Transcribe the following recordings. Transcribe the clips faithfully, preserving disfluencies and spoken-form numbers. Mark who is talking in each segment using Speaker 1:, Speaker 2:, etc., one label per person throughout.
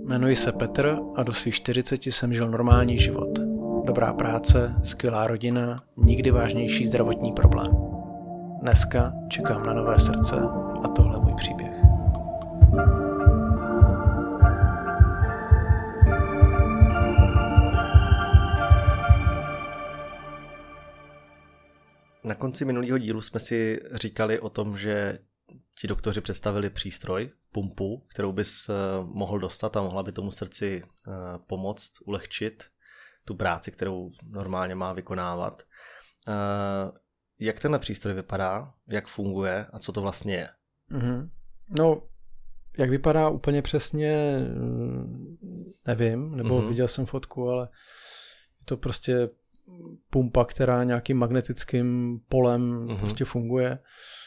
Speaker 1: Jmenuji se Petr a do svých čtyřiceti jsem žil normální život. Dobrá práce, skvělá rodina, nikdy vážnější zdravotní problém. Dneska čekám na nové srdce a tohle je můj příběh.
Speaker 2: Na konci minulého dílu jsme si říkali o tom, že ti doktoři představili přístroj, pumpu, kterou bys mohl dostat a mohla by tomu srdci pomoct, ulehčit tu práci, kterou normálně má vykonávat. Jak tenhle přístroj vypadá, jak funguje a co to vlastně je?
Speaker 1: Mm-hmm. No, jak vypadá úplně přesně, nevím, nebo mm-hmm. viděl jsem fotku, ale je to prostě pumpa, která nějakým magnetickým polem mm-hmm. prostě funguje.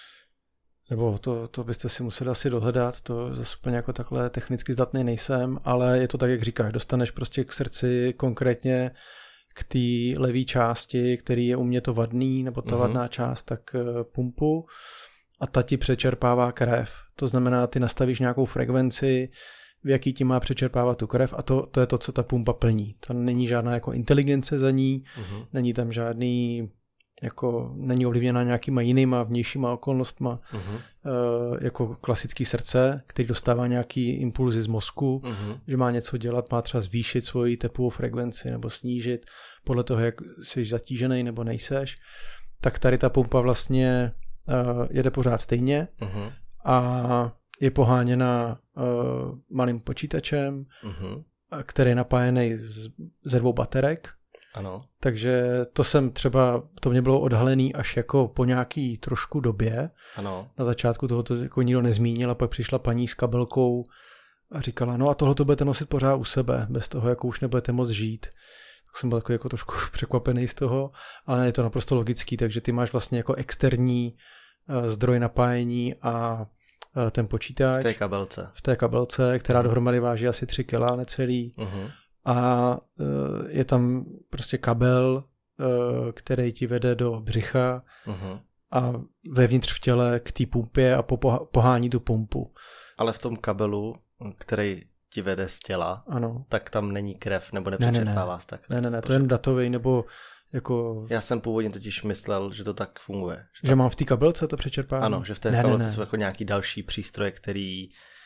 Speaker 1: Nebo to, to byste si museli asi dohledat, to zase úplně jako takhle technicky zdatný nejsem, ale je to tak, jak říkáš, dostaneš prostě k srdci konkrétně k té levé části, který je u mě to vadný, nebo ta mm-hmm. vadná část, tak pumpu a ta ti přečerpává krev. To znamená, ty nastavíš nějakou frekvenci, v jaký ti má přečerpávat tu krev a to, to je to, co ta pumpa plní. To není žádná jako inteligence za ní, mm-hmm. není tam žádný jako není ovlivněna nějakýma jinýma vnějšíma okolnostma, uh-huh. e, jako klasický srdce, který dostává nějaký impulzy z mozku, uh-huh. že má něco dělat, má třeba zvýšit svoji tepovou frekvenci nebo snížit podle toho, jak jsi zatížený nebo nejseš, tak tady ta pumpa vlastně e, jede pořád stejně uh-huh. a je poháněna e, malým počítačem, uh-huh. který je napájený z, ze dvou baterek.
Speaker 2: Ano.
Speaker 1: Takže to jsem třeba, to mě bylo odhalený až jako po nějaký trošku době.
Speaker 2: Ano.
Speaker 1: Na začátku toho to jako nikdo nezmínil a pak přišla paní s kabelkou a říkala, no a tohle to budete nosit pořád u sebe, bez toho jako už nebudete moc žít. Tak jsem byl takový jako trošku překvapený z toho, ale je to naprosto logický, takže ty máš vlastně jako externí uh, zdroj napájení a uh, ten počítač.
Speaker 2: V té kabelce. V
Speaker 1: té kabelce, která uh-huh. dohromady váží asi tři kila necelý. Uh-huh. A je tam prostě kabel, který ti vede do břicha uh-huh. a vevnitř v těle k té pumpě a pohání tu pumpu.
Speaker 2: Ale v tom kabelu, který ti vede z těla,
Speaker 1: ano.
Speaker 2: tak tam není krev nebo nepřečerpává se tak.
Speaker 1: Ne, ne, ne, to je jen datový nebo jako...
Speaker 2: Já jsem původně totiž myslel, že to tak funguje.
Speaker 1: Že, že tam... mám v té kabelce to přečerpávání?
Speaker 2: Ano, že v té ne, kabelce ne, ne. jsou jako nějaký další přístroje, který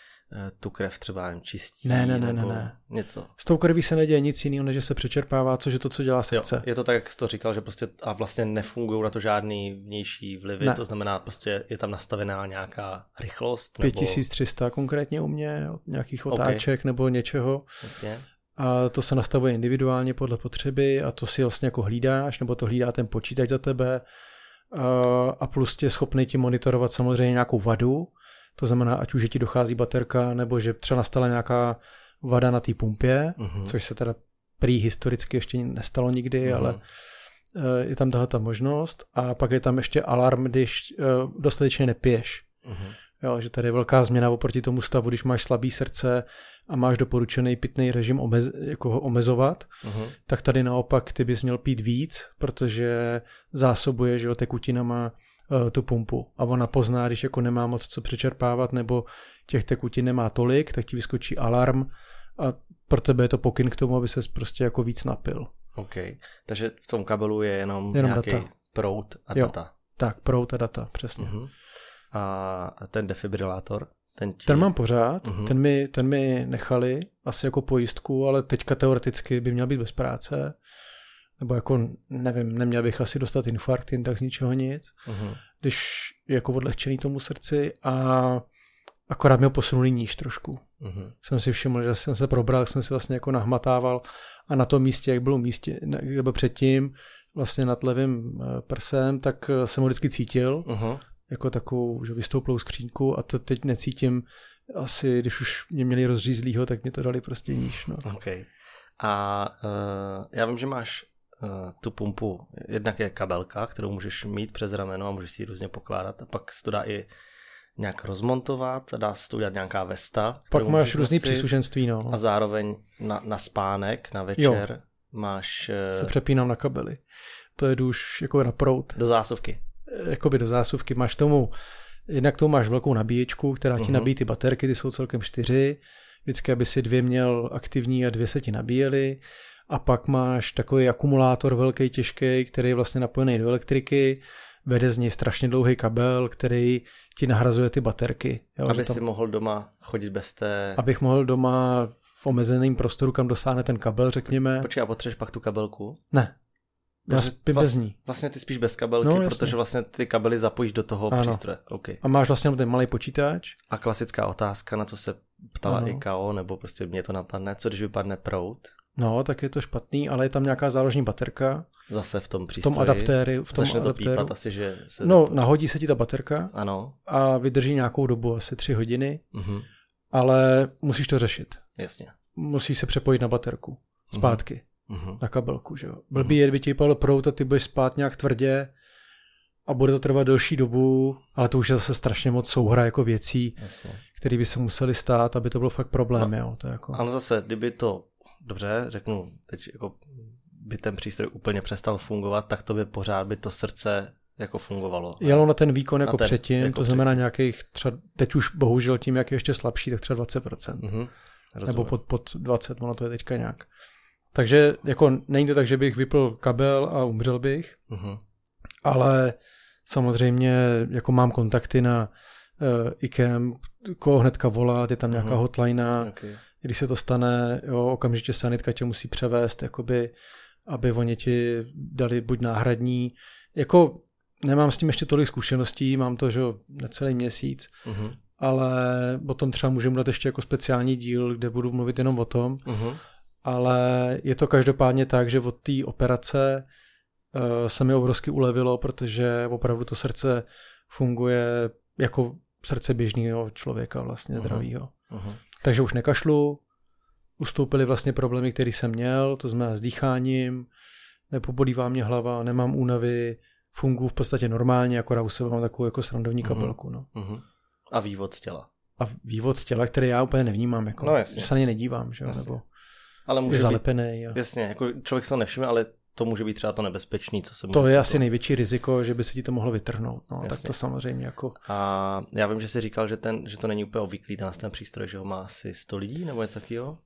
Speaker 2: tu krev třeba jen čistí
Speaker 1: ne, ne, ne,
Speaker 2: nebo
Speaker 1: ne, ne.
Speaker 2: něco.
Speaker 1: S tou krví se neděje nic jiného, než že se přečerpává, což je to, co dělá srdce.
Speaker 2: Jo, je to tak, jak jsi to říkal, že prostě a vlastně nefungují na to žádný vnější vlivy, ne. To znamená prostě je tam nastavená nějaká rychlost.
Speaker 1: pět tisíc tři sta konkrétně u mě, nějakých otáček okay. nebo něčeho.
Speaker 2: Jasně.
Speaker 1: A to se nastavuje individuálně podle potřeby a to si vlastně jako hlídáš, nebo to hlídá ten počítač za tebe a plus tě schopný ti monitorovat samozřejmě nějakou vadu. To znamená, ať už je ti dochází baterka, nebo že třeba nastala nějaká vada na té pumpě, uh-huh. což se teda prý historicky ještě nestalo nikdy, uh-huh. ale uh, je tam tahle ta možnost. A pak je tam ještě alarm, když uh, dostatečně nepiješ. Uh-huh. Jo, že tady je velká změna oproti tomu stavu, když máš slabý srdce a máš doporučený pitný režim omez, jako ho omezovat, uh-huh. tak tady naopak ty bys měl pít víc, protože zásobuje, že jo, tekutinama tu pumpu a ona pozná, když jako nemá moc co přečerpávat nebo těch tekutin nemá tolik, tak ti vyskočí alarm a pro tebe je to pokyn k tomu, aby ses prostě jako víc napil.
Speaker 2: OK, takže v tom kabelu je jenom,
Speaker 1: jenom
Speaker 2: nějaký
Speaker 1: data.
Speaker 2: proud a
Speaker 1: jo,
Speaker 2: data.
Speaker 1: Tak, proud a data, přesně.
Speaker 2: Uh-huh. A ten defibrilátor? Ten, ti...
Speaker 1: ten mám pořád,
Speaker 2: uh-huh.
Speaker 1: ten, mi, ten mi nechali asi jako pojistku, ale teďka teoreticky by měl být bez práce. Nebo jako, nevím, neměl bych asi dostat infarkt, jen tak z ničeho nic, uh-huh. když je jako odlehčený tomu srdci a akorát mě ho posunuli níž trošku. Uh-huh. Jsem si všiml, že jsem se probral, jsem si vlastně jako nahmatával a na tom místě, jak bylo místě, kde byl předtím, vlastně nad levým prsem, tak jsem ho vždycky cítil, uh-huh. jako takovou, že vystouplou skřínku a to teď necítím asi, když už mě měli rozřízlýho, tak mě to dali prostě níž. No.
Speaker 2: Okay. A uh, já vím, že máš tu pumpu, jednak je kabelka, kterou můžeš mít přes rameno a můžeš si ji různě pokládat a pak se to dá i nějak rozmontovat, dá se to udělat nějaká vesta.
Speaker 1: Pak máš různý příslušenství, no.
Speaker 2: A zároveň na, na spánek, na večer jo. máš...
Speaker 1: Se přepínám na kabely. To jedu už jako na proud.
Speaker 2: Do zásuvky.
Speaker 1: Jakoby do zásuvky. Máš tomu, jednak tomu máš velkou nabíječku, která ti uh-huh. nabíjí ty baterky, ty jsou celkem čtyři. vždycky, aby si dvě měl aktivní a dvě se ti nabíjely. A pak máš takový akumulátor velký, těžký, který je vlastně napojený do elektriky, vede z něj strašně dlouhý kabel, který ti nahrazuje ty baterky. Jo,
Speaker 2: aby
Speaker 1: tam,
Speaker 2: si mohl doma chodit bez té...
Speaker 1: Abych mohl doma v omezeném prostoru, kam dosáhne ten kabel, řekněme.
Speaker 2: Počkej, a potřebuješ pak tu kabelku?
Speaker 1: Ne. Já spím bez ní.
Speaker 2: Vlastně ty spíš bez kabelky,
Speaker 1: no,
Speaker 2: protože vlastně ty kabely zapojíš do toho ano. přístroje. Okay.
Speaker 1: A máš vlastně ten malý počítač.
Speaker 2: A klasická otázka, na co se ptala ano. i K O, nebo prostě mě to napadne, co když vypadne proud?
Speaker 1: No, tak je to špatný, ale je tam nějaká záložní baterka.
Speaker 2: Zase v tom přístroji.
Speaker 1: V tom adaptéru. V tom
Speaker 2: Začne to
Speaker 1: adaptéru.
Speaker 2: pípat asi, že... Se
Speaker 1: no, nahodí se ti ta baterka.
Speaker 2: Ano.
Speaker 1: A vydrží nějakou dobu, asi tři hodiny.
Speaker 2: Mhm.
Speaker 1: Ale musíš to řešit.
Speaker 2: Jasně.
Speaker 1: Musíš se přepojit na baterku. Zpátky.
Speaker 2: Mhm.
Speaker 1: Na kabelku, že jo. Blbý je, kdyby ti vypadl proud a ty budeš spát nějak tvrdě a bude to trvat delší dobu, ale to už je zase strašně moc souhra jako věcí, které by se museli stát, aby to bylo fakt problém, no. jo. To je jako...
Speaker 2: Ale zase, kdyby to, dobře, řeknu, teď jako by ten přístroj úplně přestal fungovat, tak to by pořád by to srdce jako fungovalo.
Speaker 1: Jelo na ten výkon jako ten, předtím,
Speaker 2: jako
Speaker 1: to znamená předtím. Nějakých třeba, teď už bohužel tím, jak je ještě slabší, tak třeba dvacet procent.
Speaker 2: Mm-hmm.
Speaker 1: Nebo pod, pod dvacet, ono to je teďka nějak. Takže jako není to tak, že bych vypl kabel a umřel bych,
Speaker 2: mm-hmm.
Speaker 1: ale samozřejmě jako mám kontakty na uh, I K E M, koho hnedka volat, je tam nějaká mm-hmm. hotline,
Speaker 2: okay.
Speaker 1: Když se to stane, jo, okamžitě sanitka tě musí převést, jakoby, aby oni ti dali buď náhradní. Jako nemám s tím ještě tolik zkušeností, mám to, že necelý měsíc,
Speaker 2: mm-hmm.
Speaker 1: ale potom třeba můžeme dát ještě jako speciální díl, kde budu mluvit jenom o tom,
Speaker 2: mm-hmm.
Speaker 1: ale je to každopádně tak, že od té operace uh, se mi obrovsky ulevilo, protože opravdu to srdce funguje jako srdce běžného člověka vlastně, uh-huh. zdravýho.
Speaker 2: Uh-huh.
Speaker 1: Takže už nekašlu, ustoupily vlastně problémy, které jsem měl, to znamená s dýcháním, nepobolívá mě hlava, nemám únavy, funguji v podstatě normálně, akorát u sebe mám takovou jako srandovní
Speaker 2: uh-huh.
Speaker 1: kabelku. No.
Speaker 2: Uh-huh. A vývod z těla.
Speaker 1: A vývod z těla, který já úplně nevnímám, jako,
Speaker 2: no,
Speaker 1: že se na ně nedívám, že? Nebo
Speaker 2: ale může
Speaker 1: je zalepený.
Speaker 2: Být, a... Jasně, jako člověk se to nevšimne, ale to může být třeba to nebezpečný, co se může...
Speaker 1: To je asi největší riziko, že by se ti to mohlo vytrhnout, no, tak to samozřejmě jako...
Speaker 2: A já vím, že jsi říkal, že, ten, že to není úplně obvyklý, ten, ten přístroj, že ho má asi sto lidí, nebo něco takového?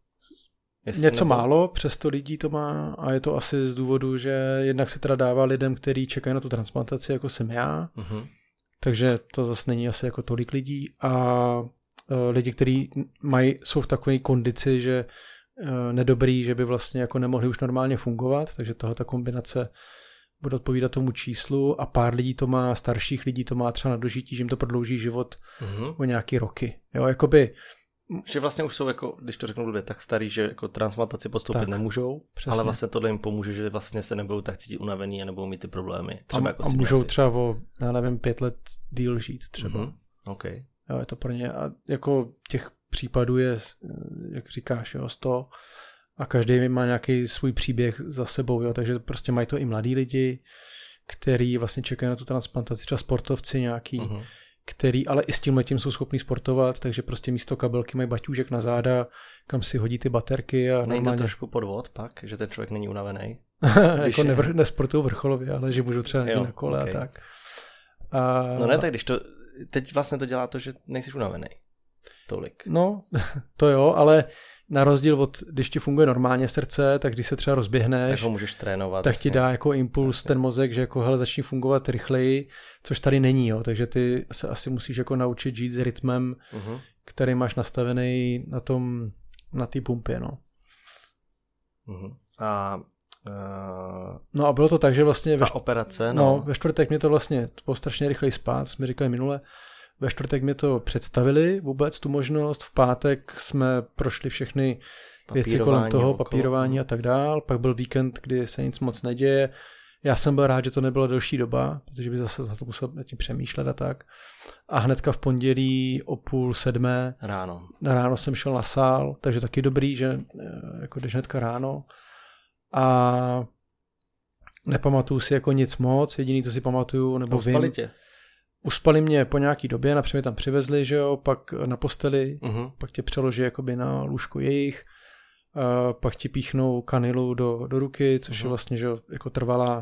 Speaker 1: Něco nebo... málo, přes sto lidí to má a je to asi z důvodu, že jednak se teda dává lidem, kteří čekají na tu transplantaci, jako jsem já,
Speaker 2: uh-huh.
Speaker 1: takže to zase není asi jako tolik lidí a uh, lidi, kteří mají, jsou v takové kondici, že nedobrý, že by vlastně jako nemohli už normálně fungovat, takže tahle ta kombinace bude odpovídat tomu číslu a pár lidí to má, starších lidí to má třeba na dožití, že jim to prodlouží život
Speaker 2: mm-hmm.
Speaker 1: o nějaký roky. Jo, jakoby...
Speaker 2: Že vlastně už jsou, jako, když to řeknu blbě, tak starý, že jako transplantaci postoupit tak, nemůžou, přesně. Ale vlastně tohle jim pomůže, že vlastně se nebudou tak cítit unavený a nebudou mít ty problémy. Třeba
Speaker 1: a,
Speaker 2: jako
Speaker 1: a můžou třeba o, já nevím, pět let díl žít třeba.
Speaker 2: Mm-hmm. Okay.
Speaker 1: Jo, je to pro ně a jako těch případů je, jak říkáš, jo, sto a každý má nějaký svůj příběh za sebou, jo, takže prostě mají to i mladí lidi, který vlastně čekají na tu transplantaci, třeba sportovci nějaký, uh-huh. který ale i s tím letím jsou schopní sportovat, takže prostě místo kabelky mají baťůžek na záda, kam si hodí ty baterky. A
Speaker 2: není
Speaker 1: normálně...
Speaker 2: to trošku podvod pak, že ten člověk není unavený?
Speaker 1: Jako nevr- nesportují vrcholově, ale že můžou třeba jít na kole okay. a tak. A...
Speaker 2: No ne, tak když to, teď vlastně to dělá to, že nejsi unavený. Tolik.
Speaker 1: No, to jo, ale na rozdíl od, když ti funguje normálně srdce, tak když se třeba rozběhneš,
Speaker 2: tak ho můžeš trénovat.
Speaker 1: Tak ti dá jako impuls jasně. Ten mozek, že jako hele, začni fungovat rychleji, což tady není, jo, takže ty se asi musíš jako naučit žít s rytmem, uh-huh. který máš nastavený na tom, na té pumpě, no.
Speaker 2: Uh-huh. A uh...
Speaker 1: no a bylo to tak, že vlastně
Speaker 2: ve, operace,
Speaker 1: no.
Speaker 2: no.
Speaker 1: ve čtvrtek mě to vlastně bylo strašně rychleji spát, jsme říkali minule. Ve čtvrtek mi to představili vůbec tu možnost, v pátek jsme prošli všechny věci kolem toho, okolo. Papírování a tak dál, pak byl víkend, kdy se nic moc neděje. Já jsem byl rád, že to nebyla delší doba, protože by zase za to musel tím přemýšlet a tak. A hnedka v pondělí o půl sedmé
Speaker 2: ráno.
Speaker 1: ráno jsem šel na sál, takže taky dobrý, že jako jdeš hnedka ráno. A nepamatuju si jako nic moc, jediný, co si pamatuju, nebo
Speaker 2: no,
Speaker 1: vím. Tě. Uspali mě po nějaký době, například mě tam přivezli, že jo, pak na posteli, uh-huh. pak tě přeloží jakoby na lůžko jejich, uh, pak ti píchnou kanilu do, do ruky, což uh-huh. je vlastně, že jo, jako trvalá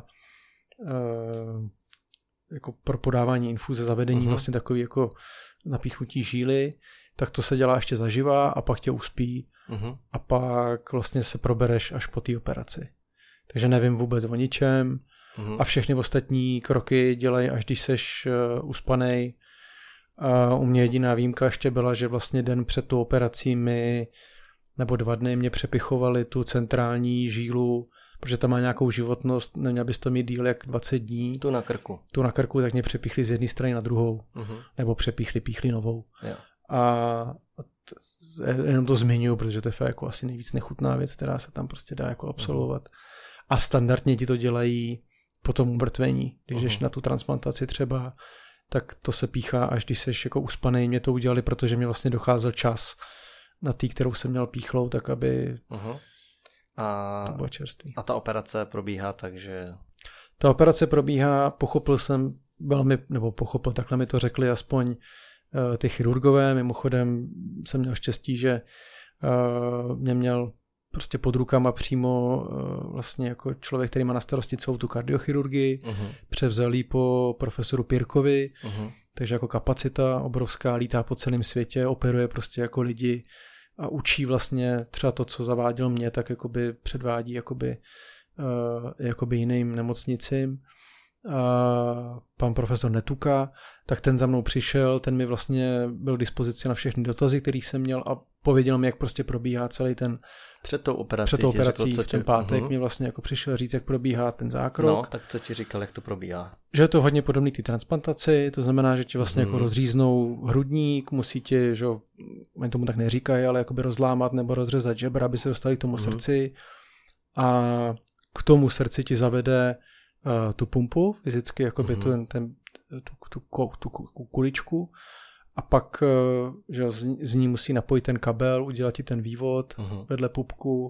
Speaker 1: uh, jako pro podávání infuze, zavedení uh-huh. vlastně takový jako napíchnutí žíly. tak to se dělá ještě zaživa a pak tě uspí uh-huh. a pak vlastně se probereš až po té operaci. Takže nevím vůbec o ničem uh-huh. a všechny ostatní kroky dělají, až když seš uh, uspanej. A u mě jediná výjimka ještě byla, že vlastně den před tou operací mi, nebo dva dny mě přepichovali tu centrální žílu, protože tam má nějakou životnost, neměl bys to mít díl jak dvacet dní.
Speaker 2: Tu na krku.
Speaker 1: Tu na krku, tak mě přepichli z jedné strany na druhou. Uh-huh. Nebo přepichli, píchli novou.
Speaker 2: Yeah.
Speaker 1: A t- jenom to zmiňuji, protože to je jako asi nejvíc nechutná věc, která se tam prostě dá jako absolvovat. Uh-huh. A standardně ti to dělají po tom umrtvení. Když jdeš uh-huh. na tu transplantaci třeba, tak to se píchá, až když seš jako uspanej. Mě to udělali, protože mě vlastně docházel čas na tý, kterou jsem měl píchlou, tak aby uh-huh.
Speaker 2: a,
Speaker 1: to bylo čerství.
Speaker 2: A ta operace probíhá tak, že...
Speaker 1: Ta operace probíhá, pochopil jsem velmi, nebo pochopil, takhle mi to řekli aspoň uh, ty chirurgové. Mimochodem jsem měl štěstí, že uh, mě měl prostě pod rukama přímo uh, vlastně jako člověk, který má na starosti celou tu kardiochirurgii, uh-huh. převzal ji po profesoru Pirkovi, uh-huh. takže jako kapacita obrovská, lítá po celém světě, operuje prostě jako lidi a učí vlastně třeba to, co zaváděl mě, tak jakoby předvádí jakoby, uh, jakoby jiným nemocnicím. Uh, pan profesor Netuka, tak ten za mnou přišel, ten mi vlastně byl k dispozici na všechny dotazy, který jsem měl a pověděl mi, jak prostě probíhá celý ten
Speaker 2: před tou operací,
Speaker 1: před tou operací
Speaker 2: řekl, co
Speaker 1: v ten
Speaker 2: tě...
Speaker 1: pátek
Speaker 2: uh-huh.
Speaker 1: mi vlastně jako přišel říct, jak probíhá ten zákrok.
Speaker 2: No, tak co ti říkal, jak to probíhá?
Speaker 1: Že je to hodně podobný té transplantaci, to znamená, že ti vlastně uh-huh. jako rozříznou hrudník, musí ti, že oni tomu tak neříkají, ale jakoby rozlámat nebo rozřezat žebra, aby se dostali k tomu uh-huh. srdci a k tomu srdci ti zavede uh, tu pumpu, fyzicky jakoby uh-huh. ten, ten, tu, tu, tu, tu kuličku a pak že z, z ní musí napojit ten kabel, udělat ti ten vývod uh-huh. vedle pupku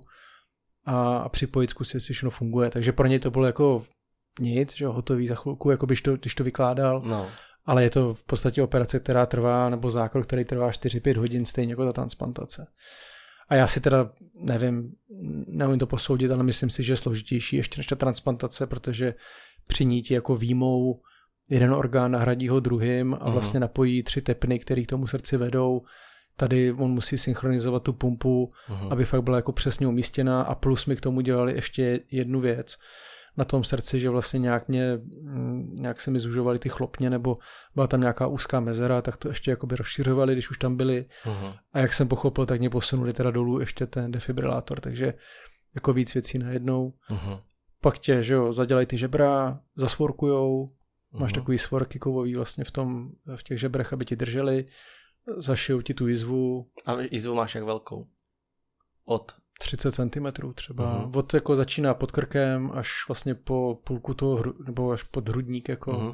Speaker 1: a, a připojit, zkusit, jestli všechno funguje. Takže pro něj to bylo jako nic, že hotový za chvilku, jako když to, když to vykládal,
Speaker 2: no.
Speaker 1: ale je to v podstatě operace, která trvá, nebo zákrok, který trvá čtyři pět hodin, stejně jako ta transplantace. A já si teda nevím, nevím to posoudit, ale myslím si, že je složitější ještě než ta transplantace, protože při ní ti jako výjmou jeden orgán, nahradí ho druhým a vlastně uh-huh. napojí tři tepny, které k tomu srdci vedou. Tady on musí synchronizovat tu pumpu, uh-huh. aby fakt byla jako přesně umístěná a plus mi k tomu dělali ještě jednu věc na tom srdci, že vlastně nějak mě, nějak se mi zužovaly ty chlopně nebo byla tam nějaká úzká mezera, tak to ještě jakoby rozšiřovali, když už tam byli. Uh-huh. A jak jsem pochopil, tak mě posunuli teda dolů ještě ten defibrilátor, takže jako víc věcí najednou. Uh-huh. Pak tě, že jo, zadělají ty žebra, zasvorkujou, máš uh-huh. takový svorky kovový vlastně v tom, v těch žebrech, aby ti drželi, zašijou ti tu jizvu.
Speaker 2: A jizvu máš jak velkou? Od?
Speaker 1: třicet centimetrů třeba. Uh-huh. Od jako začíná pod krkem až vlastně po půlku toho, hru, nebo až pod hrudník jako. Uh-huh.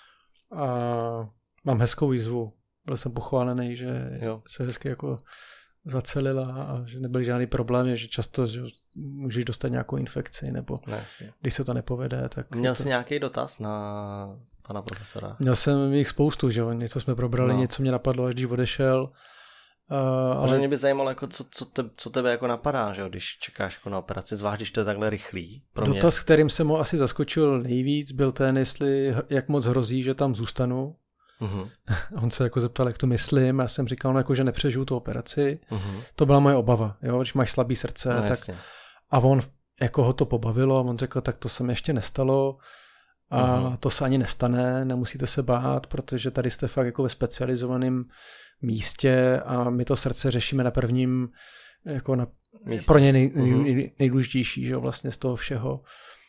Speaker 1: A mám hezkou jizvu. Byl jsem pochválený, že jo. se hezky jako zacelila a že nebyly žádný problémy, že často že můžeš dostat nějakou infekci, nebo
Speaker 2: ne,
Speaker 1: když se to nepovede, tak...
Speaker 2: Měl
Speaker 1: to...
Speaker 2: jsi nějaký dotaz na pana profesora?
Speaker 1: Měl jsem jich spoustu, že jo, něco jsme probrali, no. něco mě napadlo, až když odešel. Uh,
Speaker 2: ale mě by zajímalo, jako co, co, te, co tebe jako napadá, že jo, když čekáš jako na operaci, zvlášť, když to je takhle rychlý. Pro mě.
Speaker 1: Dotaz, kterým jsem ho asi zaskočil nejvíc, byl ten, jestli, jak moc hrozí, že tam zůstanu. Uh-huh. On se jako zeptal, jak to myslím, já jsem říkal, no, jako, že nepřežiju tu operaci. Uh-huh. To byla moje obava, jo, když máš slabý srdce.
Speaker 2: No, tak...
Speaker 1: A on jako ho to pobavilo, on řekl, tak to se mi ještě nestalo a uh-huh. to se ani nestane, nemusíte se bát, protože tady jste fakt jako ve specializovaném místě a my to srdce řešíme na prvním jako na, pro ně nej, nej, nej, nejdůležitější, že jo, vlastně z toho všeho.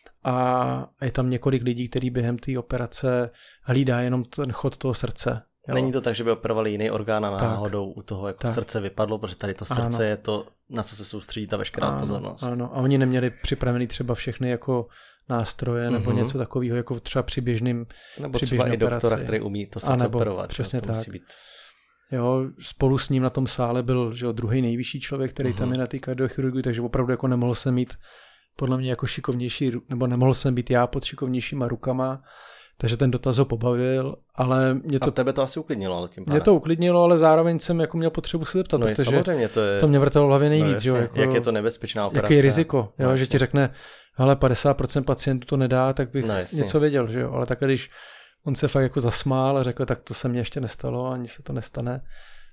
Speaker 1: A je tam několik lidí, kteří během té operace hlídá jenom ten chod toho srdce. Jo.
Speaker 2: Není to tak, že by operovali jiný orgán a náhodou u toho jako tak. srdce vypadlo, protože tady to srdce ano. je to, na co se soustředí ta veškerá
Speaker 1: ano,
Speaker 2: pozornost.
Speaker 1: Ano, a oni neměli připravený třeba všechny jako nástroje nebo uh-huh. něco takového, jako třeba při běžným
Speaker 2: nebo při třeba i doktora, operaci. Který umí to srdce
Speaker 1: nebo,
Speaker 2: operovat.
Speaker 1: Přesně
Speaker 2: to
Speaker 1: tak.
Speaker 2: Musí být...
Speaker 1: Jo, spolu s ním na tom sále byl že jo, druhý nejvyšší člověk, který uh-huh. tam je na té kardiochirurgii, takže opravdu jako nemohl jsem mít podle mě jako šikovnější, nebo nemohl jsem být já pod šikovnějšíma rukama, takže ten dotaz ho pobavil, ale mě to...
Speaker 2: A tebe to asi uklidnilo, ale tím pádem.
Speaker 1: Mě to uklidnilo, ale zároveň jsem jako měl potřebu se zeptat,
Speaker 2: no
Speaker 1: protože
Speaker 2: samozřejmě to, je...
Speaker 1: to mě vrtalo v hlavě nejvíc.
Speaker 2: No
Speaker 1: jo, jako...
Speaker 2: Jak je to nebezpečná operace.
Speaker 1: Jaký je riziko, jo,
Speaker 2: no
Speaker 1: že ti řekne, hele, padesát procent pacientů to nedá, tak bych
Speaker 2: no
Speaker 1: něco věděl, že jo, ale takhle když on se fakt jako zasmál a řekl, tak to se mně ještě nestalo, ani se to nestane,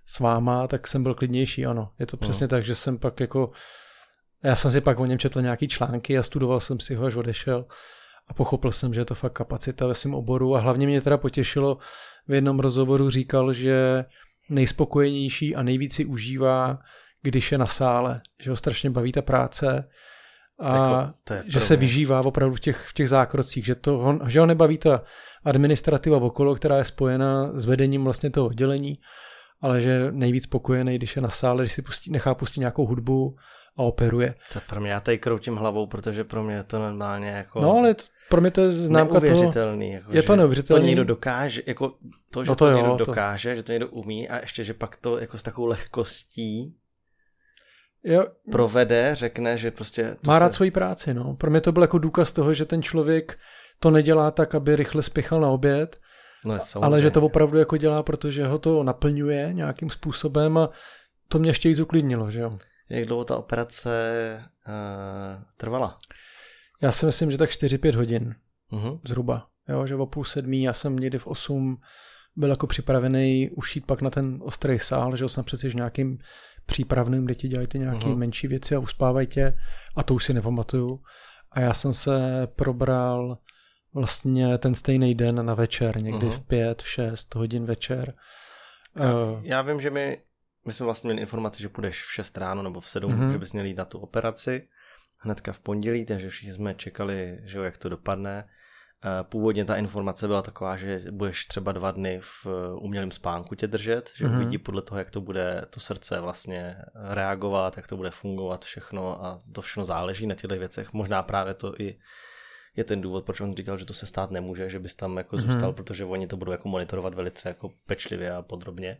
Speaker 1: s váma, tak jsem byl klidnější, ano. Je to přesně mm. tak, že jsem pak jako, já jsem si pak o něm četl nějaký články a studoval jsem si ho, až odešel a pochopil jsem, že je to fakt kapacita ve svém oboru a hlavně mě teda potěšilo, v jednom rozhovoru říkal, že nejspokojenější a nejvíc si užívá, když je na sále, že ho strašně baví ta práce a jako, že se vyžívá opravdu v těch, v těch zákrocích, že, to ho, že ho nebaví ta administrativa okolo, která je spojena s vedením vlastně toho oddělení, ale že nejvíc spokojený, když je na sále, když si pustí, nechá pustit nějakou hudbu a operuje.
Speaker 2: To pro mě, já tady kroutím hlavou, protože pro mě je to normálně jako...
Speaker 1: No ale t- pro mě to je známka toho...
Speaker 2: Neuvěřitelný. Jako,
Speaker 1: je to neuvěřitelný.
Speaker 2: To někdo dokáže, jako to, že no to, to někdo jo, dokáže, to... že to někdo umí a ještě, že pak to jako s takovou lehkostí
Speaker 1: jo.
Speaker 2: provede, řekne, že prostě...
Speaker 1: Má rád
Speaker 2: se...
Speaker 1: svoji práci, no. Pro mě to byl jako důkaz toho, že ten člověk to nedělá tak, aby rychle spěchal na oběd,
Speaker 2: no,
Speaker 1: ale že to opravdu jako dělá, protože ho to naplňuje nějakým způsobem a to mě ještě víc uklidnilo, že jo.
Speaker 2: Jak dlouho ta operace uh, trvala?
Speaker 1: Já si myslím, že tak čtyři pět hodin
Speaker 2: uh-huh.
Speaker 1: zhruba. Jo, že o půl sedmí, já jsem někdy v osm byl jako připravený ušít pak na ten ostrý sál, že jsem přeci nějakým přípravným, kde ti dělají ty nějaké uh-huh. menší věci a uspávají tě a to už si nepamatuju. A já jsem se probral vlastně ten stejný den na večer, někdy uh-huh. v pět, v šest hodin večer.
Speaker 2: Já, uh, já vím, že my My jsme vlastně měli informaci, že půjdeš v šest ráno nebo v sedm, mm-hmm. že bys měl jít na tu operaci hnedka v pondělí, takže všichni jsme čekali, že jo, jak to dopadne. Původně ta informace byla taková, že budeš třeba dva dny v umělém spánku tě držet, že mm-hmm. uvidí podle toho, jak to bude to srdce vlastně reagovat, jak to bude fungovat všechno a to všechno záleží na těchto věcech. Možná právě to i je ten důvod, proč on říkal, že to se stát nemůže, že bys tam jako mm-hmm. zůstal, protože oni to budou jako monitorovat velice jako pečlivě a podrobně.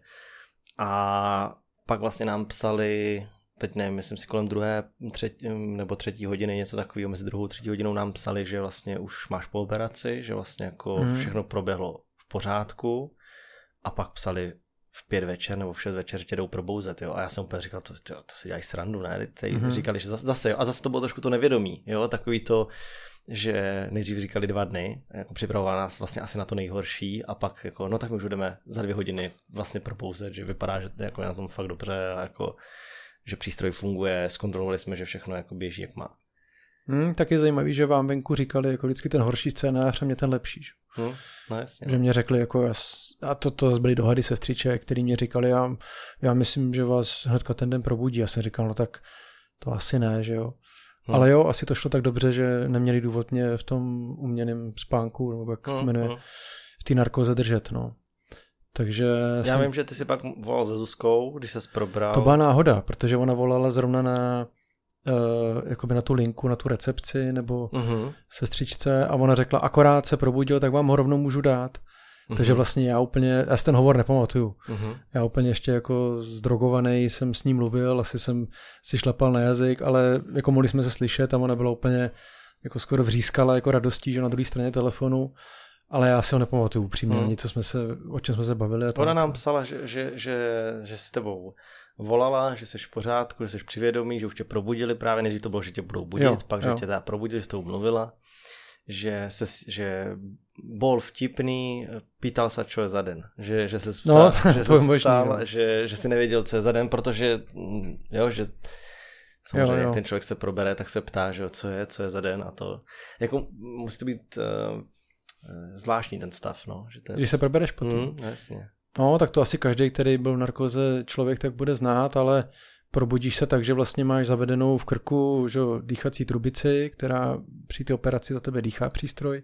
Speaker 2: A pak vlastně nám psali, teď nevím, myslím si kolem druhé třetí, nebo třetí hodiny, něco takového, mezi druhou třetí hodinou nám psali, že vlastně už máš po operaci, že vlastně jako hmm. všechno proběhlo v pořádku a pak psali v pět večer nebo v šest večer, že tě jdou probouzet, jo. A já jsem úplně říkal, to, to, to si dělají srandu, ne? Teď hmm. říkali, že zase, jo. A zase to bylo trošku to nevědomí, jo, takový to, že nejdřív říkali dva dny, jako připravovala nás vlastně asi na to nejhorší a pak jako, no tak my už jdeme za dvě hodiny vlastně propouzet, že vypadá, že jako je na tom fakt dobře a jako, že přístroj funguje, zkontrolovali jsme, že všechno jako běží, jak má.
Speaker 1: Hmm, tak je zajímavý, že vám venku říkali jako vždycky ten horší scénář a mě ten lepší.
Speaker 2: Hmm, no jasně.
Speaker 1: Že mě řekli, jako, a to, to byly dohady sestřiček, který mě říkali, já, já myslím, že vás hnedka ten den probudí. Já jsem říkal, no tak to asi ne, že jo. Hmm. Ale jo, asi to šlo tak dobře, že neměli důvod mě v tom uměném spánku, nebo jak se to jmenuje, hmm. v té narkóze držet, no. Takže
Speaker 2: já jsem... vím, že ty si pak volal se Zuzkou, když ses probral.
Speaker 1: To byla náhoda, protože ona volala zrovna na uh, jakoby na tu linku, na tu recepci, nebo uh-huh. sestřičce a ona řekla, akorát se probudil, tak vám ho rovnou můžu dát. Uh-huh. Takže vlastně já úplně, já si ten hovor nepamatuju. Uh-huh. Já úplně ještě jako zdrogovaný jsem s ním mluvil, asi jsem si šlapal na jazyk, ale jako mohli jsme se slyšet a ona byla úplně jako skoro vřískala jako radostí, že na druhé straně telefonu, ale já si ho nepamatuju upřímně, uh-huh. nic, co jsme se, o čem jsme se bavili.
Speaker 2: Ona nám psala, že, že, že, že s tebou volala, že jsi v pořádku, že jsi při vědomí, že už tě probudili právě, než to bylo, že tě budou budit, jo, pak, že jo. tě teda probudili, že s tou mluvila, že, se, že bol vtipný, pýtal se, co je za den. Že, že se ptal, no, že, se ptal že, že si nevěděl, co je za den, protože jo, že samozřejmě, jo, jo. jak ten člověk se probere, tak se ptá, že co je, co je za den a to. Jako musí to být uh, zvláštní ten stav, no. Že to je
Speaker 1: Když se probereš potom.
Speaker 2: Mm, jasně.
Speaker 1: No, tak to asi každý, který byl v narkoze člověk, tak bude znát, ale probudíš se tak, že vlastně máš zavedenou v krku že, dýchací trubici, která při té operaci za tebe dýchá přístroj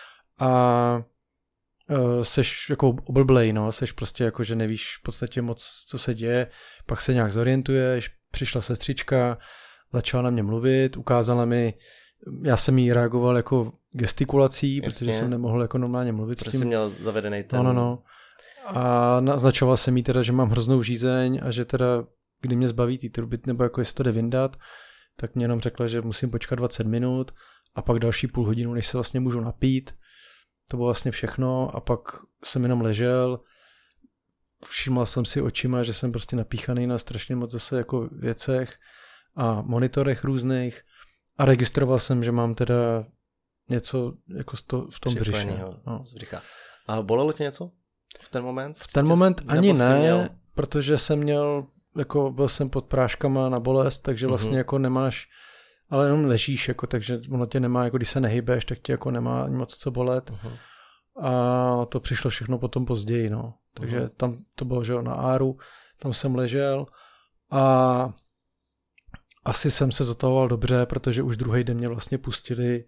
Speaker 1: a uh, seš jako oblblej, no, seš prostě jako, že nevíš v podstatě moc, co se děje, pak se nějak zorientuješ, přišla sestřička, začala na mě mluvit, ukázala mi, já jsem jí reagoval jako gestikulací, Jasně. protože jsem nemohl jako normálně mluvit
Speaker 2: protože
Speaker 1: s tím.
Speaker 2: Jsem měl zavedený ten...
Speaker 1: No, no, no. A naznačoval jsem jí teda, že mám hroznou žízeň a že teda, kdy mě zbaví ty truby, nebo jako jestli to jde vyndat, tak mě jenom řekla, že musím počkat dvacet minut a pak další půl hodinu, než se vlastně můžu napít. To bylo vlastně všechno a pak jsem jenom ležel, všiml jsem si očima, že jsem prostě napíchaný na strašně moc zase jako věcech a monitorech různých a registroval jsem, že mám teda něco jako to, v tom břiše.
Speaker 2: No. A bolelo tě něco v ten moment?
Speaker 1: V ten moment ani ne, měl... protože jsem měl, jako byl jsem pod práškama na bolest, takže vlastně mm-hmm. jako nemáš, ale jenom ležíš, jako, takže ono tě nemá, jako když se nehybeš, tak tě jako nemá moc co bolet. Mm-hmm. A to přišlo všechno potom později, no. Takže mm-hmm. tam to bylo, že jo, na áru, tam jsem ležel a asi jsem se zotahoval dobře, protože už druhý den mě vlastně pustili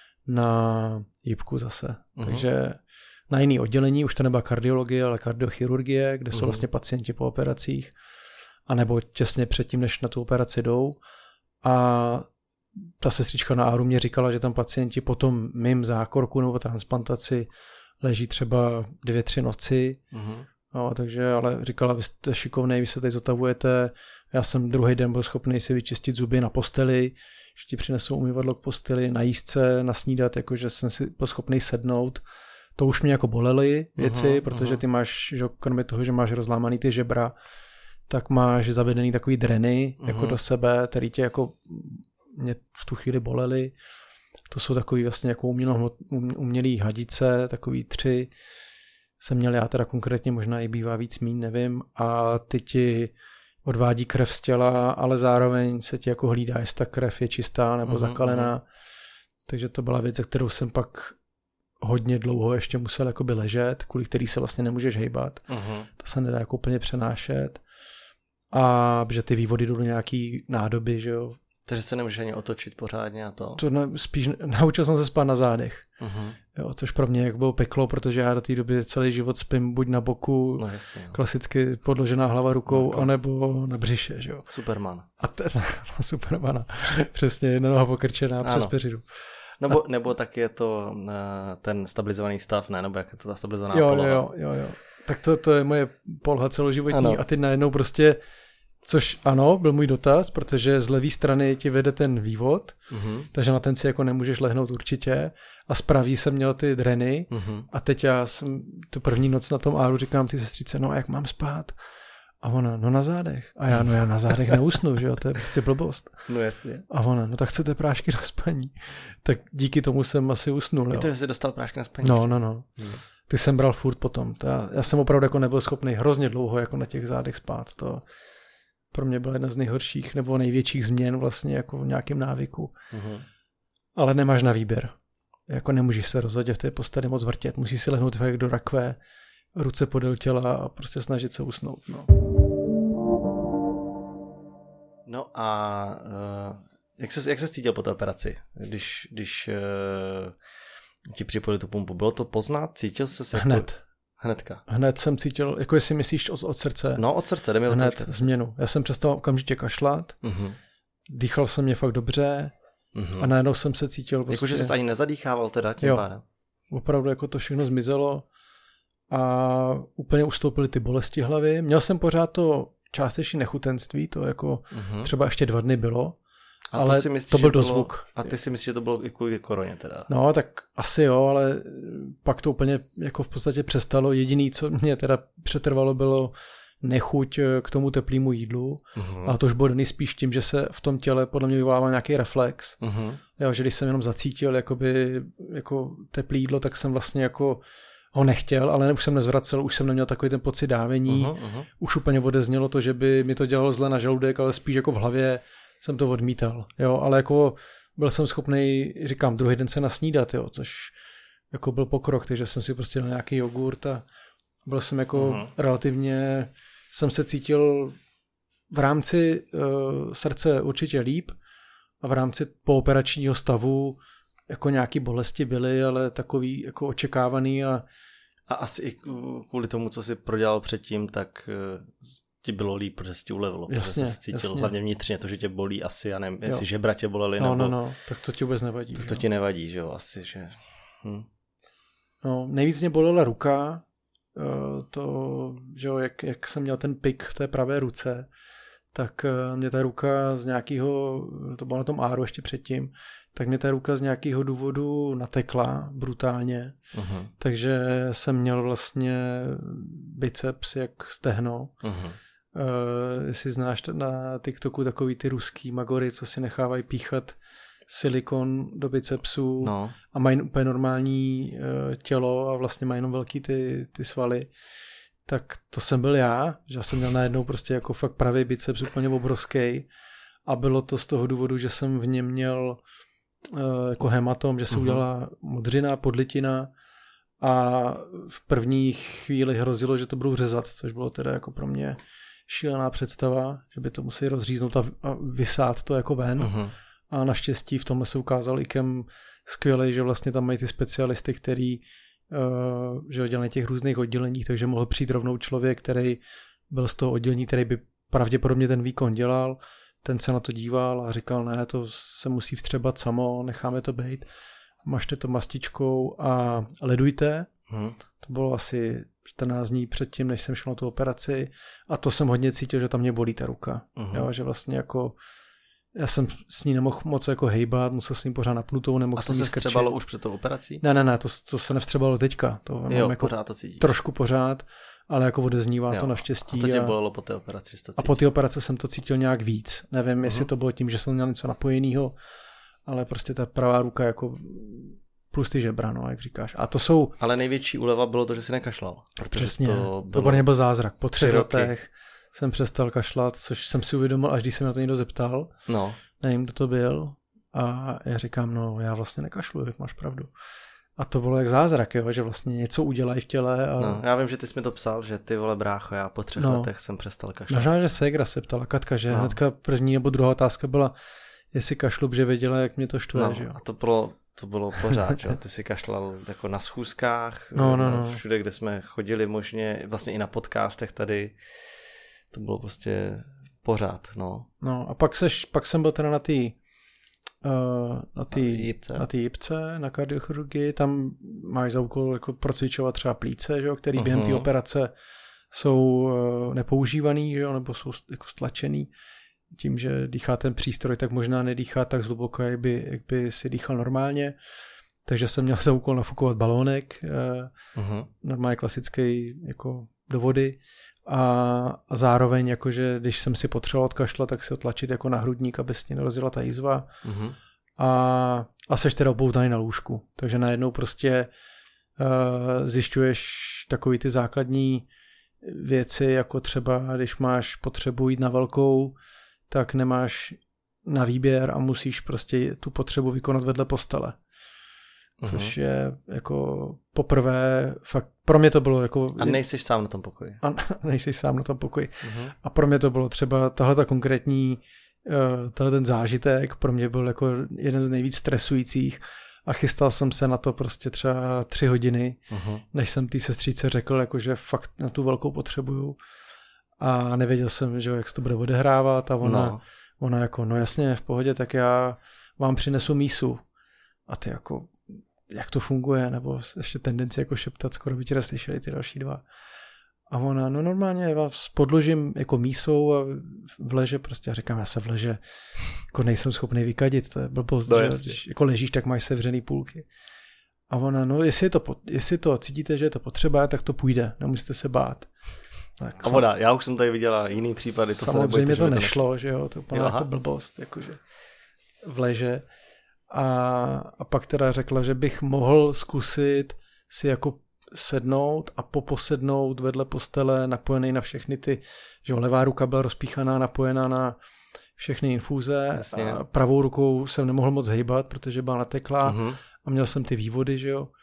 Speaker 1: na jípku zase. Mm-hmm. Takže na jiný oddělení, už to nebyla kardiologie, ale kardiochirurgie, kde jsou mm-hmm. vlastně pacienti po operacích, anebo těsně předtím, než na tu operaci jdou. A ta sestřička na áru mě říkala, že tam pacienti po tom mým zákorku nebo transplantaci leží třeba dvě, tři noci. Mm-hmm. No, takže, ale říkala, vy jste šikovnej, vy se tady zotavujete. Já jsem druhý den byl schopný si vyčistit zuby na posteli, že ti přinesou umyvadlo k posteli, najíst se, nasnídat, jakože jsem si byl schopný sednout. To už mě jako bolely věci, uh-huh, protože uh-huh. ty máš, že kromě toho, že máš rozlámaný ty žebra, tak máš zavedený takový dreny uh-huh. jako do sebe, který tě jako mě v tu chvíli bolely. To jsou takový vlastně jako umělo, umělý hadice, takový tři. Jsem měl já teda konkrétně, možná i bývá víc míň, nevím. A ty ti odvádí krev z těla, ale zároveň se ti jako hlídá, jestli ta krev je čistá nebo uh-huh, zakalená. Uh-huh. Takže to byla věc, za kterou jsem pak hodně dlouho ještě musel jakoby ležet, kvůli který se vlastně nemůžeš hejbat. Uh-huh. To se nedá jako úplně přenášet. A že ty vývody jdou do nějaký nádoby, že jo.
Speaker 2: Takže se nemůžeš ani otočit pořádně a to?
Speaker 1: To ne, spíš naučil jsem se spát na zádech. Uh-huh. Jo, což pro mě jak bylo peklo, protože já do té doby celý život spím buď na boku, no, jasně, no. klasicky podložená hlava rukou, no, anebo na břiše, že jo.
Speaker 2: Superman.
Speaker 1: A ten, no, Supermana. Přesně, jedna noha pokrčená přes peřinu.
Speaker 2: Nebo, nebo tak je to uh, ten stabilizovaný stav, ne? Nebo jak je to ta stabilizovaná
Speaker 1: jo,
Speaker 2: poloha?
Speaker 1: Jo, jo, jo. Tak to, to je moje poloha celoživotní ano. A ty najednou prostě, což ano, byl můj dotaz, protože z levé strany ti vede ten vývod, uh-huh. takže na ten si jako nemůžeš lehnout určitě a z pravý jsem měl ty dreny uh-huh. a teď já jsem tu první noc na tom áru říkám ty sestřice, no a jak mám spát? A ona, no na zádech. A já, no já na zádech neusnu, že jo, to je prostě blbost.
Speaker 2: No jasně.
Speaker 1: A ona, no tak chcete prášky na spaní. Tak díky tomu jsem asi usnul.
Speaker 2: Ty to, že jsi dostal prášky na spaní?
Speaker 1: No, no, no. Hmm. Ty jsem bral furt potom. To já, já jsem opravdu jako nebyl schopný hrozně dlouho jako na těch zádech spát. To pro mě byla jedna z nejhorších nebo největších změn vlastně jako v nějakém návyku. Hmm. Ale nemáš na výběr. Jako nemůžeš se rozhodně v té posteli moc vrtět. Musíš si lehnout jak do rakve, ruce podél těla a prostě snažit se usnout. No,
Speaker 2: no a uh, jak se jak se cítil po té operaci, když, když uh, ti připojili tu pumpu? Bylo to poznat? Cítil jsi se?
Speaker 1: Hned.
Speaker 2: Jako... Hnedka.
Speaker 1: Hned jsem cítil, jako jestli myslíš od, od srdce.
Speaker 2: No od srdce, jdeme
Speaker 1: hned
Speaker 2: od srdce.
Speaker 1: Změnu. Já jsem přestal okamžitě kašlat, uh-huh. dýchal jsem mě fakt dobře uh-huh. a najednou jsem se cítil prostě...
Speaker 2: Jakože jsi ani nezadýchával teda tím pádem.
Speaker 1: Opravdu jako to všechno zmizelo. A úplně ustoupily ty bolesti hlavy. Měl jsem pořád to částečné nechutenství, to jako uh-huh. třeba ještě dva dny bylo, a ale to, si myslíš, to byl dozvuk.
Speaker 2: A ty si myslíš, že to bylo i kvůli koroně teda?
Speaker 1: No, tak asi jo, ale pak to úplně jako v podstatě přestalo. Jediný, co mě teda přetrvalo, bylo nechuť k tomu teplému jídlu. Uh-huh. A to už bylo daný spíš tím, že se v tom těle podle mě vyvolával nějaký reflex. Uh-huh. Jo, že když jsem jenom zacítil jakoby, jako teplé jídlo, tak jsem vlastně jako ho nechtěl, ale už jsem nezvracel, už jsem neměl takový ten pocit dávení, uh-huh, uh-huh. už úplně odeznělo to, že by mi to dělalo zle na žaludek, ale spíš jako v hlavě jsem to odmítal, jo, ale jako byl jsem schopný, říkám, druhý den se nasnídat, jo, což jako byl pokrok, takže jsem si prostě dal nějaký jogurt a byl jsem jako uh-huh. relativně, jsem se cítil v rámci uh, srdce určitě líp a v rámci pooperačního stavu jako nějaký bolesti byly, ale takový jako očekávaný a...
Speaker 2: A asi i kvůli tomu, co jsi prodělal předtím, tak ti bylo líp, protože jsi ti ulevilo.
Speaker 1: Jasně,
Speaker 2: protože jsi cítil
Speaker 1: jasně.
Speaker 2: hlavně vnitřně to, že tě bolí asi, já nevím, jestli žebra tě bolely,
Speaker 1: no,
Speaker 2: nebo...
Speaker 1: No, no, tak to ti vůbec nevadí.
Speaker 2: Tak to ti nevadí, že jo, asi, že... Hm.
Speaker 1: No, nejvíc mě bolela ruka, to, že jo, jak, jak jsem měl ten pik v té pravé ruce, tak mě ta ruka z nějakého, to bylo na tom áru ještě předtím, tak mě ta ruka z nějakého důvodu natekla brutálně. Uh-huh. Takže jsem měl vlastně biceps jak stehno. Uh-huh. Uh, jestli znáš na TikToku takový ty ruský magory, co si nechávají píchat silikon do bicepsu no. a mají úplně normální uh, tělo a vlastně mají jenom velký ty, ty svaly, tak to jsem byl já, že jsem měl najednou prostě jako fakt pravý biceps úplně obrovský a bylo to z toho důvodu, že jsem v něm měl uh, jako hematom, že se uh-huh. udělala modřina, podlitina a v první chvíli hrozilo, že to budou řezat, což bylo teda jako pro mě šílená představa, že by to museli rozříznout a, a vysát to jako ven. Uh-huh. A naštěstí v tomhle se ukázal IKEM skvělej, že vlastně tam mají ty specialisty, který uh, že dělají těch různých odděleních, takže mohl přijít rovnou člověk, který byl z toho oddělení, který by pravděpodobně ten výkon dělal, ten se na to díval a říkal, ne, to se musí vstřebat samo, necháme to být, mažte to mastičkou a ledujte. Hmm. To bylo asi čtrnáct dní předtím, než jsem šel na tu operaci a to jsem hodně cítil, že tam mě bolí ta ruka. Hmm. Jo, že vlastně jako já jsem s ní nemohl moc jako hejbat, musel s ní pořád napnutou, nemohl
Speaker 2: a to
Speaker 1: se
Speaker 2: vstřebalo už před tou operací?
Speaker 1: Ne, ne, ne, to, to se nevstřebalo teďka. To
Speaker 2: jo,
Speaker 1: mám jako
Speaker 2: pořád to cítíš.
Speaker 1: Trošku pořád, ale jako odeznívá
Speaker 2: jo.
Speaker 1: to naštěstí.
Speaker 2: A to tě
Speaker 1: a...
Speaker 2: bolelo po té operaci?
Speaker 1: A po té operaci jsem to cítil nějak víc. Nevím, uh-huh. jestli to bylo tím, že jsem měl něco napojenýho, ale prostě ta pravá ruka jako plus ty žebra, no, jak říkáš. A to jsou...
Speaker 2: Ale největší úleva bylo to, že jsi nekašlal.
Speaker 1: Přesně,
Speaker 2: to,
Speaker 1: bylo... to byl zázrak. Po třech letech jsem přestal kašlat, což jsem si uvědomil, až když se na to někdo zeptal.
Speaker 2: No.
Speaker 1: Nevím, kdo to byl. A já říkám, no, já vlastně nekašlu, jak máš pravdu. A to bylo jak zázrak, jo, že vlastně něco udělají v těle. A...
Speaker 2: No, já vím, že ty jsi mi to psal, že ty vole brácho, já po třech no. letech jsem přestal kašlat.
Speaker 1: Možná, že ségra se ptala Katka, že no. hnedka první nebo druhá otázka byla, jestli kašlu, že věděla, jak mě to štve,
Speaker 2: no,
Speaker 1: že jo.
Speaker 2: A to bylo, to bylo pořád, že ty si kašlal jako na schůzkách,
Speaker 1: no, no, no.
Speaker 2: všude, kde jsme chodili možně, vlastně i na podcastech tady, to bylo prostě pořád, no.
Speaker 1: No a pak, seš, pak jsem byl teda na té Uh, na té
Speaker 2: jípce.
Speaker 1: na té jípce, na kardiochirurgii, tam máš za úkol jako procvičovat třeba plíce, že jo, který uh-huh. během té operace jsou uh, nepoužívaný, že jo, nebo jsou jako stlačený. Tím, že dýchá ten přístroj, tak možná nedýchá tak zhluboko, jak by, jak by si dýchal normálně. Takže jsem měl za úkol nafukovat balónek, uh, uh-huh. normálně klasický jako do vody. A, a zároveň, jakože když jsem si potřeboval odkašlat, tak si otlačit jako na hrudník, aby se ti nerozjela ta jízva. Mm-hmm. A, a seš teda oboutaný na lůžku. Takže najednou prostě uh, zjišťuješ takový ty základní věci, jako třeba, když máš potřebu jít na velkou, tak nemáš na výběr a musíš prostě tu potřebu vykonat vedle postele. Což je jako poprvé, fakt pro mě to bylo jako...
Speaker 2: A nejseš sám na tom pokoji.
Speaker 1: A nejseš sám na tom pokoji. Uh-huh. A pro mě to bylo třeba tahle ta konkrétní, uh, tahle ten zážitek pro mě byl jako jeden z nejvíc stresujících a chystal jsem se na to prostě třeba tři hodiny, uh-huh. než jsem té sestřičce řekl, jako, že fakt na tu velkou potřebuju a nevěděl jsem, že jak se to bude odehrávat a ona, no. ona jako, no jasně, v pohodě, tak já vám přinesu mísu. A ty jako, jak to funguje, nebo ještě tendenci jako šeptat, skoro by tě neslyšeli ty další dva. A ona, no normálně vás podložím jako mísou a v leže prostě, a říkám, já se v leže jako nejsem schopný vykadit, to je blbost, no, že když jako ležíš, tak máš sevřený půlky. A ona, no jestli to, jestli to cítíte, že je to potřeba, tak to půjde, nemusíte se bát. Tak,
Speaker 2: a voda, já už jsem tady viděla jiný případy, to
Speaker 1: samozřejmě
Speaker 2: se nebojte,
Speaker 1: to nešlo, že jo, to úplně jako blbost, jakože v leže. A, a pak teda řekla, že bych mohl zkusit si jako sednout a poposednout vedle postele, napojený na všechny ty, že jo, levá ruka byla rozpíchaná, napojená na všechny infúze. Jasně. A pravou rukou jsem nemohl moc hejbat, protože byla nateklá uh-huh. a měl jsem ty vývody, že jo,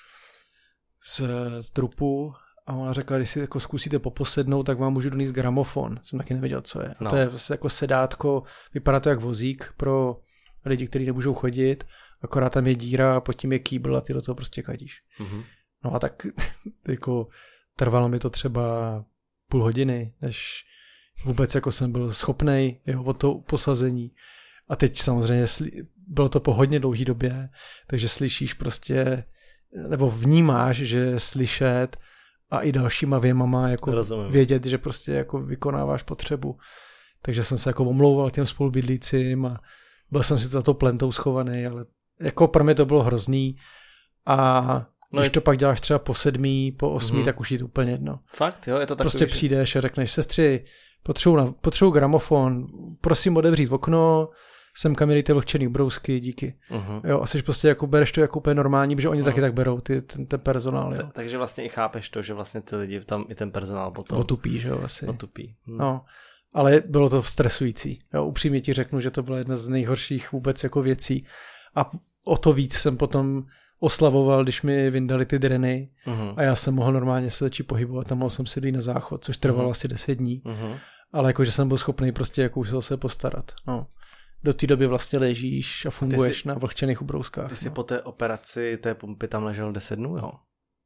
Speaker 1: z, z trupu. A ona řekla, když si jako zkusíte poposednout, tak vám můžu donést gramofon. Jsem taky nevěděl, co je. No. A to je vlastně jako sedátko, vypadá to jak vozík pro lidi, kteří nemůžou chodit, akorát tam je díra a pod tím je kýbl a ty do toho prostě kadíš. Mm-hmm. No a tak jako trvalo mi to třeba půl hodiny, než vůbec jako jsem byl schopnej jeho od toho posazení. A teď samozřejmě sli- bylo to po hodně dlouhý době, takže slyšíš prostě, nebo vnímáš, že slyšet a i dalšíma věmama jako Rozumím. vědět, že prostě jako vykonáváš potřebu. Takže jsem se jako omlouval těm spolubydlícím a byl jsem si za to plentou schovaný, ale jako pro mě to bylo hrozný a no když je... to pak děláš třeba po sedmý, po osmý, mm-hmm. tak už je to úplně jedno.
Speaker 2: Fakt, jo, je to takový,
Speaker 1: prostě že... přijdeš a řekneš, sestři, potřebuji, na, potřebuji gramofon, prosím otevřít okno, sem kam ty vlhčený brousky, díky. Uh-huh. Jo, a jsi prostě jako bereš to jako úplně normální, protože oni uh-huh. taky tak berou, ty, ten, ten personál. Jo.
Speaker 2: Ta, takže vlastně i chápeš to, že vlastně ty lidi tam i ten personál potom
Speaker 1: otupí, že jo, asi.
Speaker 2: Otupí. Hmm.
Speaker 1: No, ale bylo to stresující. Jo, upřímně ti řeknu, že to byla jedna z nejhorších vůbec jako věcí a o to víc jsem potom oslavoval, když mi vyndali ty dreny uh-huh. a já jsem mohl normálně se začít pohybovat a mohl jsem si jít na záchod, což trvalo uh-huh. asi deset dní. Uh-huh. Ale jakože jsem byl schopný prostě jako už se postarat. No. Do té doby vlastně ležíš a funguješ jsi, na vlhčených ubrouskách.
Speaker 2: Ty jsi
Speaker 1: no.
Speaker 2: po té operaci té pumpy tam ležel deset dnů, jo?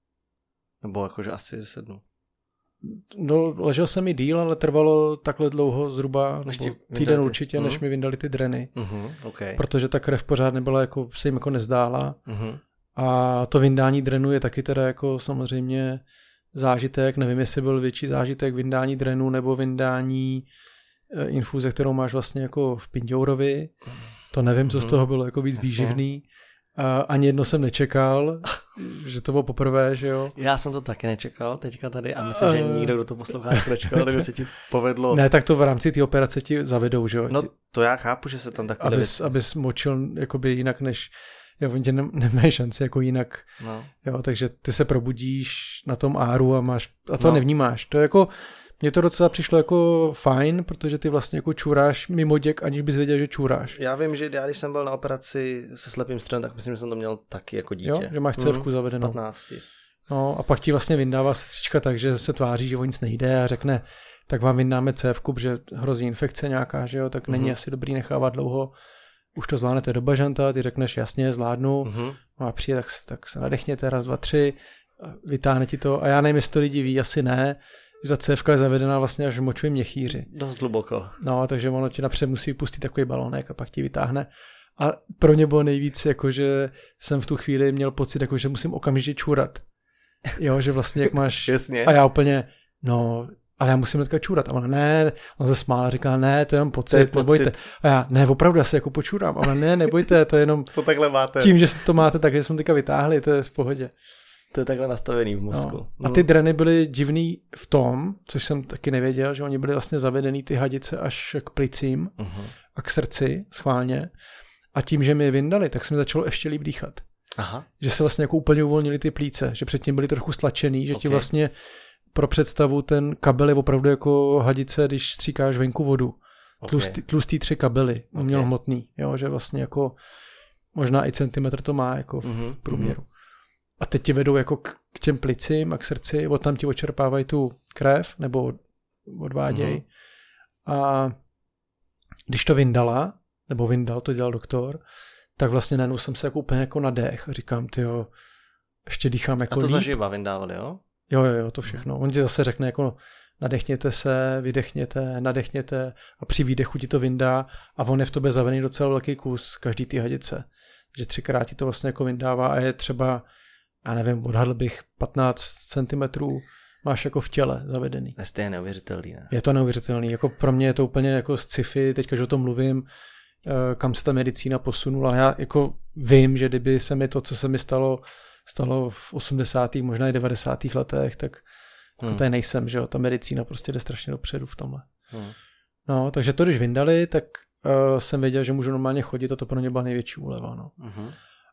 Speaker 2: Nebo jakože asi deset dnů?
Speaker 1: No, ležel jsem i díl, ale trvalo takhle dlouho zhruba, nebo týden určitě, mm. než mi vyndali ty dreny.
Speaker 2: Mm-hmm, okay.
Speaker 1: Protože ta krev pořád nebyla, jako se jim jako nezdála.
Speaker 2: Mm-hmm.
Speaker 1: A to vyndání drenu je taky teda jako samozřejmě zážitek, nevím, jestli byl větší zážitek vyndání drenu nebo vyndání e, infuze, kterou máš vlastně jako v Pinďourovi. To nevím, co z toho bylo jako víc Jasně. výživný. A ani jedno jsem nečekal, že to bylo poprvé, že jo.
Speaker 2: Já jsem to taky nečekal teďka tady a myslím, že nikdo, kdo to poslouchá, nečekal, tak se ti povedlo.
Speaker 1: Ne, tak to v rámci té operace ti zavedou, že jo.
Speaker 2: No to já chápu, že se tam takové
Speaker 1: abys,
Speaker 2: věci.
Speaker 1: Abys močil jakoby jinak než, jo, oni tě ne, nemají šanci jako jinak,
Speaker 2: no.
Speaker 1: Jo, takže ty se probudíš na tom áru a máš, a to
Speaker 2: no.
Speaker 1: nevnímáš. To je jako, mně to docela přišlo jako fajn, protože ty vlastně jako čůráš mimo děk, aniž bys věděl, že čůráš.
Speaker 2: Já vím, že já když jsem byl na operaci se slepým střevem, tak myslím, že jsem to měl taky jako dítě.
Speaker 1: Jo, že máš cévku
Speaker 2: mm,
Speaker 1: zavedenou.
Speaker 2: patnáct.
Speaker 1: No a pak ti vlastně vyndává sestřička tak, že se tváří, že o nic nejde a řekne, tak vám vyndáme cévku, protože hrozí infekce nějaká, že jo, tak není mm-hmm. asi dobrý nechávat dlouho. Už to zvládnete do bažanta, ty řekneš jasně, zvládnu. Mm-hmm. A přijde, tak, tak se nadechněte, raz, dva, tři, vytáhne ti to. A já nevím, jestli to lidi ví, asi ne. Že ta cévka je zavedená vlastně až v močovém měchýři.
Speaker 2: Dost hluboko.
Speaker 1: No, takže ono ti napřed musí pustit takový balónek a pak ti vytáhne. A pro mě bylo nejvíc, jako že jsem v tu chvíli měl pocit, jako že musím okamžitě čůrat. Jo, že vlastně jak máš...
Speaker 2: Jasně.
Speaker 1: A já úplně, no, ale já musím teďka čůrat. A ona ne, on se smál a říká, ne, to je jenom pocit, to je pocit, nebojte. A já, ne, opravdu, já se jako počůrám. A ona, ne, nebojte, to je jenom...
Speaker 2: To takhle máte.
Speaker 1: Tím, že to máte tak, že jsme teďka vytáhli, to je v pohodě.
Speaker 2: To je takhle nastavený v mozku.
Speaker 1: No. A ty dreny byly divný v tom, což jsem taky nevěděl, že oni byli vlastně zavedený ty hadice až k plicím uh-huh. a k srdci schválně. A tím, že mi je vyndali, tak se mi začalo ještě líp dýchat.
Speaker 2: Aha. Že
Speaker 1: se vlastně jako úplně uvolnili ty plíce, že předtím byly trochu stlačený, že okay. ti vlastně pro představu ten kabel je opravdu jako hadice, když stříkáš venku vodu. Okay. Tlustý, tlustý tři kabely, okay. měl hmotný, jo, že vlastně jako možná i centimetr to má jako v uh-huh. průměru. Uh-huh. A teď ti vedou jako k, k těm plicím a k srdci, od tam ti očerpávají tu krev, nebo odvádějí. Uh-huh. A když to vyndala, nebo vyndal, to dělal doktor, tak vlastně najednou jsem se jako úplně jako nadech a říkám, tyjo, ještě dýchám jako líp.
Speaker 2: A to zaživa vyndávali, jo?
Speaker 1: Jo, jo, jo, to všechno. Uh-huh. On ti zase řekne jako nadechněte se, vydechněte, nadechněte a při výdechu ti to vyndá a on je v tobě zavený docela velký kus každý ty hadice. Takže třikrát ti to vlastně jako vyndává a je třeba, já nevím, odhadl bych patnáct centimetrů máš jako v těle zavedený.
Speaker 2: To je neuvěřitelný, ne?
Speaker 1: Je to neuvěřitelný. Jako pro mě je to úplně jako sci-fi, teďka, že o tom mluvím, kam se ta medicína posunula. Já jako vím, že kdyby se mi to, co se mi stalo, stalo v osmdesátých možná i devadesátých letech, tak hmm. tady nejsem, že jo, ta medicína prostě jde strašně dopředu v tomhle. Hmm. No, takže to, když vyndali, tak uh, jsem věděl, že můžu normálně chodit a to pro mě byla největší úleva, no. Hmm.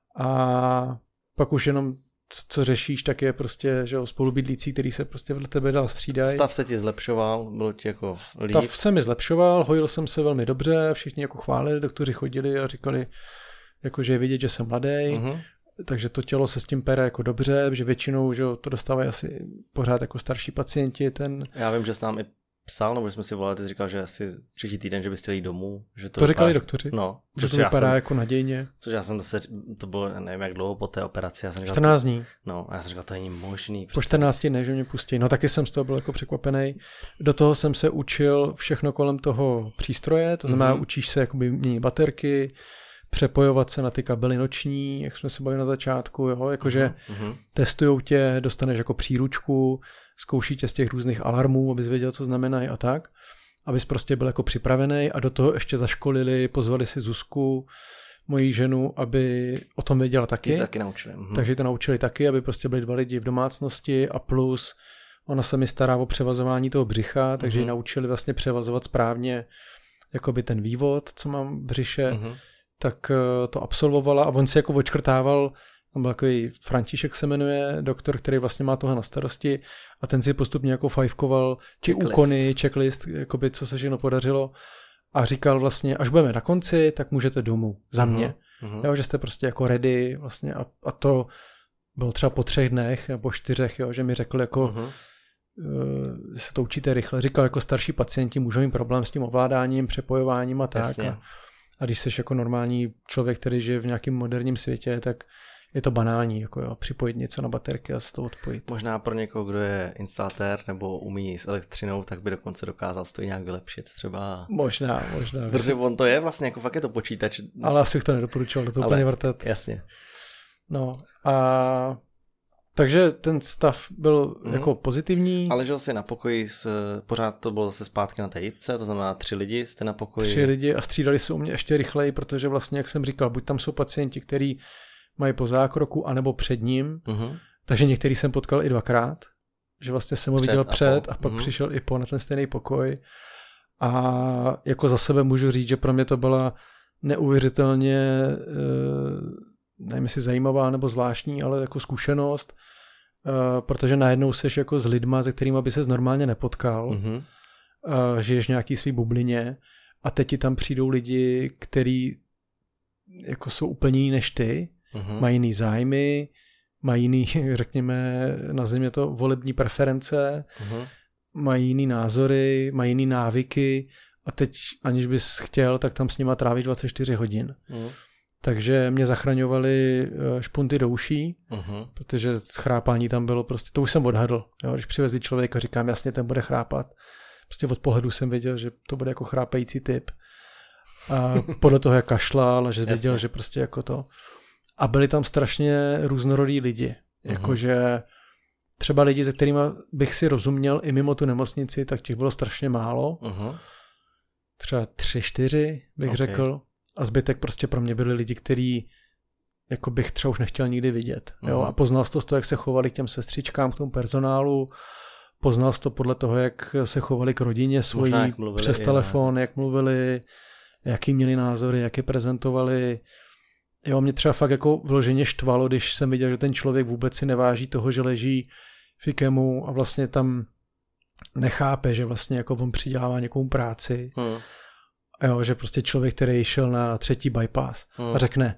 Speaker 1: A pak už jenom co řešíš, tak je prostě, že jo, spolubydlící, který se prostě vedle tebe dál střídají.
Speaker 2: Stav se ti zlepšoval, bylo ti jako líp?
Speaker 1: Stav se mi zlepšoval, hojil jsem se velmi dobře, všichni jako chválili, doktoři chodili a říkali, jako, že je vidět, že jsem mladý, uh-huh. takže to tělo se s tím pere jako dobře, že většinou, že jo, to dostávají asi pořád jako starší pacienti. Ten...
Speaker 2: Já vím, že s námi psal, nebo jsme si volali, ty jsi říkal, že asi příští týden, že byste jeli domů. Že to
Speaker 1: to říkali
Speaker 2: vypadá,
Speaker 1: doktoři,
Speaker 2: no,
Speaker 1: že to vypadá jsem, jako nadějně.
Speaker 2: Což já jsem zase, to bylo nevím jak dlouho po té operaci. Já jsem říkal,
Speaker 1: čtrnáct dní.
Speaker 2: No a já jsem říkal, to není možný.
Speaker 1: Prostě. Po čtrnácti dní, že mě pustí. No taky jsem z toho byl jako překvapený. Do toho jsem se učil všechno kolem toho přístroje, to znamená, mm-hmm. učíš se jakoby měnit baterky, přepojovat se na ty kabely noční, jak jsme se bavili na začátku, jo, jakože mm-hmm. testujou tě, dostaneš jako příručku, zkouší tě z těch různých alarmů, abys věděl, co znamenají a tak, abys prostě byl jako připravený a do toho ještě zaškolili, pozvali si Zuzku, moji ženu, aby o tom věděla taky.
Speaker 2: Je to taky naučili. Mhm.
Speaker 1: Takže to naučili taky, aby prostě byli dva lidi v domácnosti a plus ona se mi stará o převazování toho břicha, takže mhm. ji naučili vlastně převazovat správně jakoby ten vývod, co mám v břiše,
Speaker 2: mm-hmm.
Speaker 1: tak to absolvovala a on si jako odškrtával, tam byl takový František se jmenuje, doktor, který vlastně má tohle na starosti a ten si postupně jako fajfkoval či
Speaker 2: checklist.
Speaker 1: úkony, checklist, jakoby co se všechno podařilo a říkal vlastně, až budeme na konci, tak můžete domů, za mě. Mm-hmm. Jo, že jste prostě jako ready vlastně a, a to bylo třeba po třech dnech nebo čtyřech, jo, že mi řekl jako mm-hmm. uh, se to učíte rychle. Říkal, jako starší pacienti můžou mít problém s tím ovládáním, přepojováním a tak. A, a když jsi jako normální člověk, který žije v nějakém moderním světě, tak je to banální, jako jo, připojit něco na baterky a se to odpojit.
Speaker 2: Možná pro někoho, kdo je instalatér nebo umí s elektřinou, tak by dokonce dokázal to nějak vylepšit třeba.
Speaker 1: Možná, možná.
Speaker 2: Protože on to je vlastně, jako fakt je to počítač.
Speaker 1: Ale asi bych to nedoporučoval, to úplně vrtat.
Speaker 2: Jasně.
Speaker 1: No a takže ten stav byl mm. jako pozitivní.
Speaker 2: Ale žil jsi na pokoji, s, pořád to bylo zase zpátky na té jipce, to znamená tři lidi jste na pokoji.
Speaker 1: Tři lidi a střídali se u mě ještě rychleji, protože vlastně, jak jsem říkal, buď tam jsou pacienti, kteří mají po zákroku, anebo před ním, mm-hmm. takže některý jsem potkal i dvakrát, že vlastně jsem ho viděl a před a, a pak mm-hmm. přišel i po na ten stejný pokoj. A jako za sebe můžu říct, že pro mě to byla neuvěřitelně nevím, jestli zajímavá nebo zvláštní, ale jako zkušenost, uh, protože najednou seš jako s lidma, se kterými by ses normálně nepotkal, mm-hmm. uh, žiješ v nějaký svý bublině a teď ti tam přijdou lidi, kteří jako jsou úplně jiný než ty, mm-hmm. mají jiný zájmy, mají jiný, řekněme, nazvíme to volební preference, mm-hmm. mají jiný názory, mají jiný návyky a teď, aniž bys chtěl, tak tam s nima trávíš dvacet čtyři hodin. Mm-hmm. Takže mě zachraňovali špunty do uší, uh-huh. protože chrápání tam bylo prostě, to už jsem odhadl. Jo? Když přivezli člověka, říkám, jasně, ten bude chrápat. Prostě od pohledu jsem věděl, že to bude jako chrápající typ. A podle toho, jak kašlal, že věděl, jasně. že prostě jako to. A byli tam strašně různorodí lidi. Uh-huh. Jakože třeba lidi, se kterými bych si rozuměl i mimo tu nemocnici, tak těch bylo strašně málo. Uh-huh. Třeba tři, čtyři bych okay. řekl. A zbytek prostě pro mě byli lidi, který jako bych třeba už nechtěl nikdy vidět. Uh-huh. Jo? A poznal jsi to z toho, jak se chovali k těm sestřičkám, k tomu personálu, poznal jsi to podle toho, jak se chovali k rodině svojí, přes telefon, jak mluvili, jaký měli názory, jak je prezentovali. Jo, mě třeba fakt jako vloženě štvalo, když jsem viděl, že ten člověk vůbec si neváží toho, že leží v IKEMu a vlastně tam nechápe, že vlastně jako on přidělává nějakou práci. Uh-huh. Jo, že prostě člověk, který šel na třetí bypass hmm. a řekne,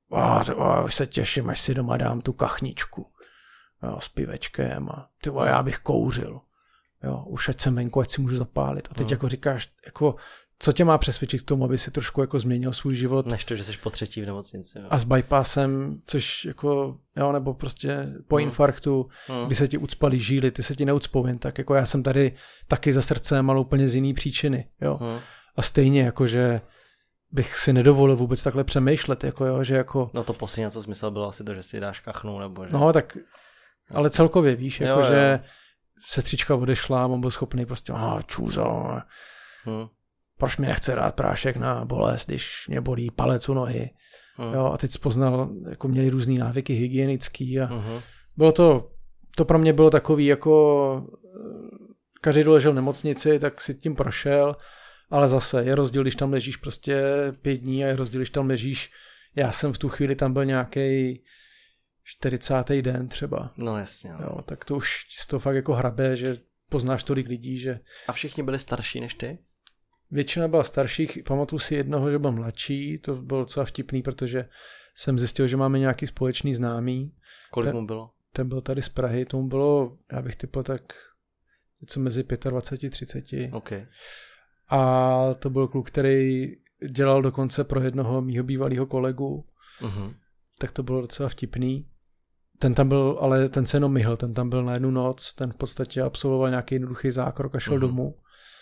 Speaker 1: už se těším, až si doma dám tu kachničku jo, s pivečkem a ty vole, já bych kouřil. Jo, už ať jsem venku, ať si můžu zapálit. A teď hmm. jako říkáš, jako, co tě má přesvědčit k tomu, aby si trošku jako změnil svůj život.
Speaker 2: Než to, že jsi po třetí v nemocnici. Jo.
Speaker 1: A s bypassem, což jako, jo, nebo prostě po hmm. infarktu, hmm. kdy se ti ucpaly žíly, ty se ti neucpou jen tak. Jako já jsem tady taky za srdcem, ale úplně z jiný příčiny. Jo. Hmm. A stejně jako, že bych si nedovolil vůbec takhle přemýšlet, jako jo, že jako...
Speaker 2: No to poslední, co smysl bylo asi to, že si dáš kachnu, nebo že...
Speaker 1: No tak, ale celkově víš, jako jo, že jo. Sestřička odešla, on byl schopný prostě, ah, čůzo, hmm. proč mi nechce dát prášek na bolest, když mě bolí palec u nohy. Hmm. Jo, a teď spoznal, jako měli různý návyky hygienický a hmm. bylo to, to pro mě bylo takový, jako každý doležel v nemocnici, tak si tím prošel. Ale zase je rozdíl, když tam ležíš prostě pět dní a je rozdíl, když tam ležíš, já jsem v tu chvíli tam byl nějaký čtyřicátý den třeba.
Speaker 2: No jasně.
Speaker 1: Jo, tak to už z toho fakt jako hrabe, že poznáš tolik lidí, že...
Speaker 2: A všichni byli starší než ty?
Speaker 1: Většina byla starších, pamatuju si jednoho, že byl mladší, to bylo docela vtipný, protože jsem zjistil, že máme nějaký společný známý.
Speaker 2: Kolik ten, mu bylo?
Speaker 1: Ten byl tady z Prahy, tomu bylo, já bych typl tak něco mezi dvacet pět a třicet.
Speaker 2: Okay.
Speaker 1: A to byl kluk, který dělal dokonce pro jednoho mýho bývalého kolegu. Uh-huh. Tak to bylo docela vtipný. Ten tam byl, ale ten se jenom myhl, ten tam byl na jednu noc, ten v podstatě absolvoval nějaký jednoduchý zákrok a šel uh-huh. domů.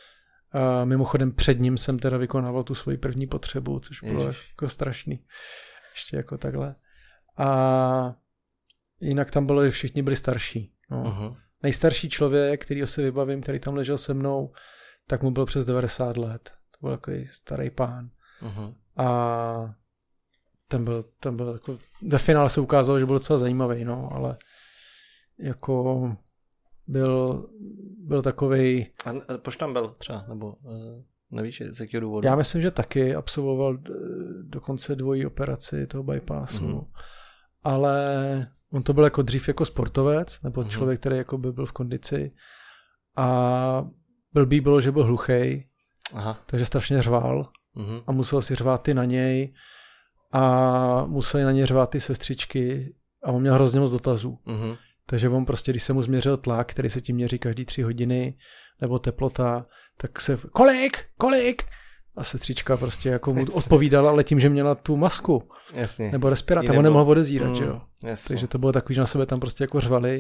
Speaker 1: A mimochodem před ním jsem teda vykonával tu svoji první potřebu, což bylo Ježiš. Jako strašný. Ještě jako takhle. A jinak tam bylo, že všichni byli starší. No. Uh-huh. Nejstarší člověk, kterýho se vybavím, který tam ležel se mnou, tak mu bylo přes devadesát let. To byl takový starý pán. Uh-huh. A ten byl, ten byl jako, ve finále se ukázalo, že byl docela zajímavý, no, ale jako byl, byl takovej...
Speaker 2: A proč tam byl třeba? Nebo uh, Nevíš, z jakého důvodu?
Speaker 1: Já myslím, že taky absolvoval dokonce dvojí operaci toho bypassu. Mm-hmm. Ale on to byl jako dřív jako sportovec, nebo mm-hmm. člověk, který jako by byl v kondici. A blbý bylo, že byl hluchej, Aha. takže strašně řval. Mm-hmm. A musel si řvát ty na něj. A museli na něj řvát ty sestřičky. A on měl hrozně moc dotazů. Mm-hmm. Takže on prostě, když se mu změřil tlak, který se tím měří každý tři hodiny, nebo teplota, tak se kolik, kolik? A sestřička prostě jako mu odpovídala, ale tím, že měla tu masku.
Speaker 2: Jasně.
Speaker 1: Nebo respirátor, on nemohl odezírat, mm, že jo.
Speaker 2: Jasně.
Speaker 1: Takže to bylo takový, že na sebe tam prostě jako řvali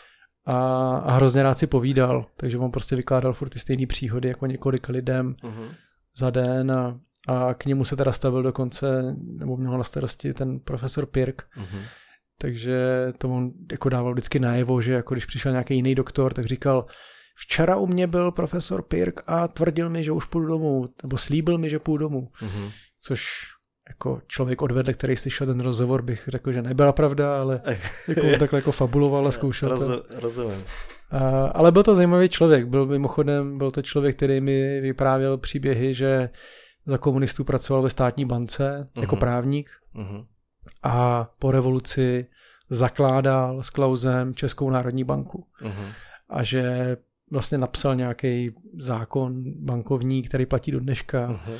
Speaker 1: a, a hrozně rád si povídal. Takže on prostě vykládal furt ty stejný příhody jako několika lidem mm-hmm. za den a, a k němu se teda stavil dokonce, nebo měl na starosti ten profesor Pirk. Mm-hmm. Takže to on jako dával vždycky najevo, že jako když přišel nějaký jiný doktor, tak říkal, včera u mě byl profesor Pirk a tvrdil mi, že už půjdu domů, nebo slíbil mi, že půjdu domů. Mm-hmm. Což jako člověk odvedle, který slyšel ten rozhovor, bych řekl, že nebyla pravda, ale jako on takhle jako fabuloval a zkoušel
Speaker 2: Roz,
Speaker 1: to.
Speaker 2: Rozumím.
Speaker 1: A, ale byl to zajímavý člověk. Byl mimochodem, byl to člověk, který mi vyprávěl příběhy, že za komunistů pracoval ve státní bance mm-hmm. jako právník. Mm-hmm. A po revoluci zakládal s Klausem Českou národní banku. Uh-huh. A že vlastně napsal nějaký zákon bankovní, který platí do dneška. Uh-huh.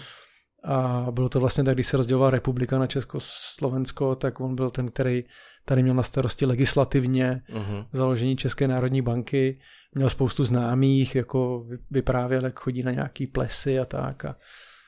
Speaker 1: A bylo to vlastně tak, když se rozdělovala republika na Československo, tak on byl ten, který tady měl na starosti legislativně uh-huh. založení České národní banky. Měl spoustu známých, jako vyprávěl, jak chodí na nějaký plesy a tak. A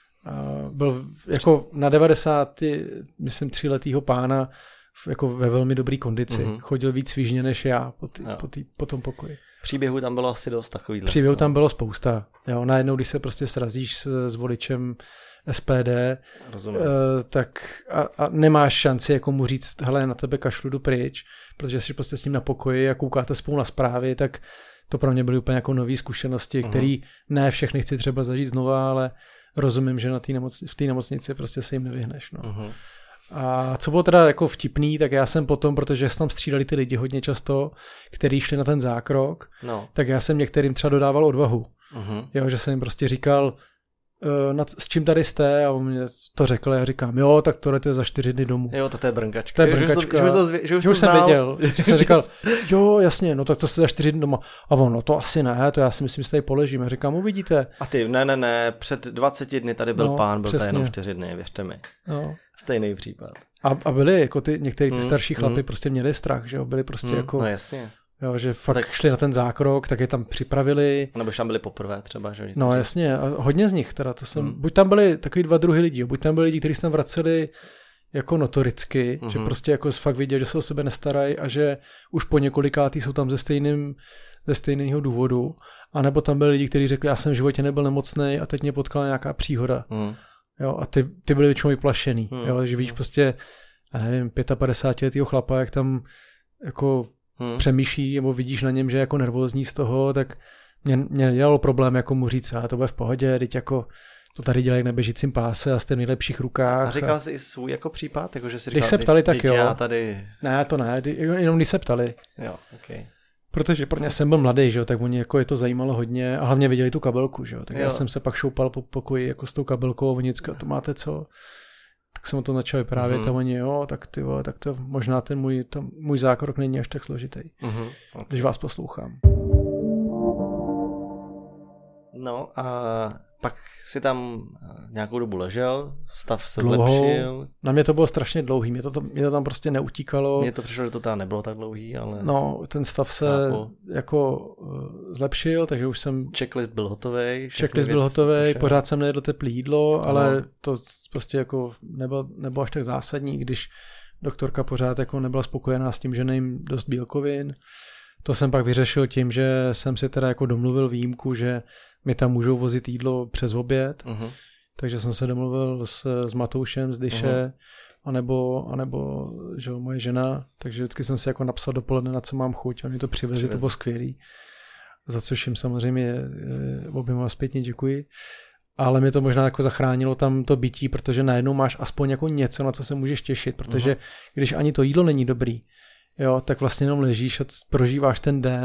Speaker 1: A byl jako na devadesát, myslím, tříletýho pána jako ve velmi dobrý kondici. Mm-hmm. Chodil víc svížně než já po, tý, po, tý, po tom pokoji.
Speaker 2: Příběhů tam bylo asi dost takovýhle.
Speaker 1: Příběhů tam bylo spousta. Jo, najednou, když se prostě srazíš s, s voličem S P D, uh, tak a, a nemáš šanci jako mu říct, hele, na tebe kašlu, jdu pryč, protože jsi prostě s ním na pokoji a koukáte spolu na zprávy, tak to pro mě byly úplně jako nové zkušenosti, mm-hmm. které ne všechny chci třeba zažít znova, ale rozumím, že na tý nemocnici, v té nemocnici prostě se jim nevyhneš. No. Uh-huh. A co bylo teda jako vtipný, tak já jsem potom, protože jsem tam střídali ty lidi hodně často, kteří šli na ten zákrok, no. tak já jsem některým třeba dodával odvahu. Uh-huh. Jo, že jsem jim prostě říkal, uh, s čím tady jste? A on mě to řekl a já říkám, jo, tak tohle to je za čtyři dny domů.
Speaker 2: Jo, to je brnkačka.
Speaker 1: To je brnkačka.
Speaker 2: Že už, to, že už, to, že už,
Speaker 1: že už jsem věděl. Že jsem říkal, jo, jasně, no tak to se za čtyři dny doma. A on, no to asi ne, to já si myslím, že tady položím. A říkám, uvidíte.
Speaker 2: A ty, ne, ne, ne, před dvaceti dny tady byl no, pán, byl tady jenom čtyři dny, věřte mi. No. Stejný případ.
Speaker 1: A, a byli, jako ty, některý ty mm, starší chlapi mm. prostě měli strach, že jo, byli prostě mm, jako...
Speaker 2: No jasně.
Speaker 1: Jo, že fakt tak šli na ten zákrok, tak je tam připravili.
Speaker 2: Nebo tam byli poprvé třeba, že?
Speaker 1: No že... jasně, a hodně z nich teda, to jsem, mm. buď tam byli takový dva druhy lidí, buď tam byli lidi, kteří se tam vraceli jako notoricky, mm-hmm. že prostě jako fakt viděl, že se o sebe nestarají a že už po několikátý jsou tam ze stejným, ze stejného důvodu, anebo tam byli lidi, kteří řekli, já jsem v životě nebyl nemocnej a teď mě potkala nějaká příhoda. Mm. Jo, a ty, ty byli většinou vyplašený, mm. jo, že víš prostě, já nevím, pětapadesátiletýho chlapa, jak tam jako Hmm. přemýšlí, nebo vidíš na něm, že je jako nervózní z toho, tak mě, mě nedělalo problém jako mu říct, a to bude v pohodě, teď jako to tady dělají na běžícím páse a jste v nejlepších rukách.
Speaker 2: A říkal a... jsi i svůj jako případ? Jako, že jsi říkal,
Speaker 1: když se ptali, tak jo.
Speaker 2: Já tady...
Speaker 1: Ne, to ne, jenom když se ptali.
Speaker 2: Jo, okay.
Speaker 1: Protože pro mě jsem byl mladý, že jo, tak oni jako je to zajímalo hodně a hlavně viděli tu kabelku, že jo, tak jo. Já jsem se pak šoupal po pokoji jako s tou kabelkou a oni říkali, to máte co? Tak jsem o tom začal vyprávět mm-hmm. a oni, jo, tak ty vole, tak to možná ten můj, to, můj zákrok není až tak složitý, mm-hmm. okay. když vás poslouchám.
Speaker 2: No a pak si tam nějakou dobu ležel, stav se
Speaker 1: Dlouhou.
Speaker 2: zlepšil.
Speaker 1: Na mě to bylo strašně dlouhý, mě to, mě to tam prostě neutíkalo.
Speaker 2: Mně to přišlo, že to teda nebylo tak dlouhý, ale...
Speaker 1: No, ten stav se chápu. jako uh, zlepšil, takže už jsem...
Speaker 2: Checklist byl hotovej.
Speaker 1: Checklist byl hotovej, pořád jsem nejedl teplý jídlo, no. ale to prostě jako nebylo, nebylo až tak zásadní, když doktorka pořád jako nebyla spokojená s tím, že nejím dost bílkovin. To jsem pak vyřešil tím, že jsem si teda jako domluvil výjimku, že mi tam můžou vozit jídlo přes oběd, uh-huh. takže jsem se domluvil s, s Matoušem z Dyše, uh-huh. anebo, anebo že moje žena, takže vždycky jsem si jako napsal dopoledne, na co mám chuť, oni to přivezli, to bylo skvělý, za což jim samozřejmě oběma zpětně děkuji, ale mě to možná jako zachránilo tam to bytí, protože najednou máš aspoň jako něco, na co se můžeš těšit, protože uh-huh. když ani to jídlo není dobrý, jo, tak vlastně jenom ležíš a prožíváš ten den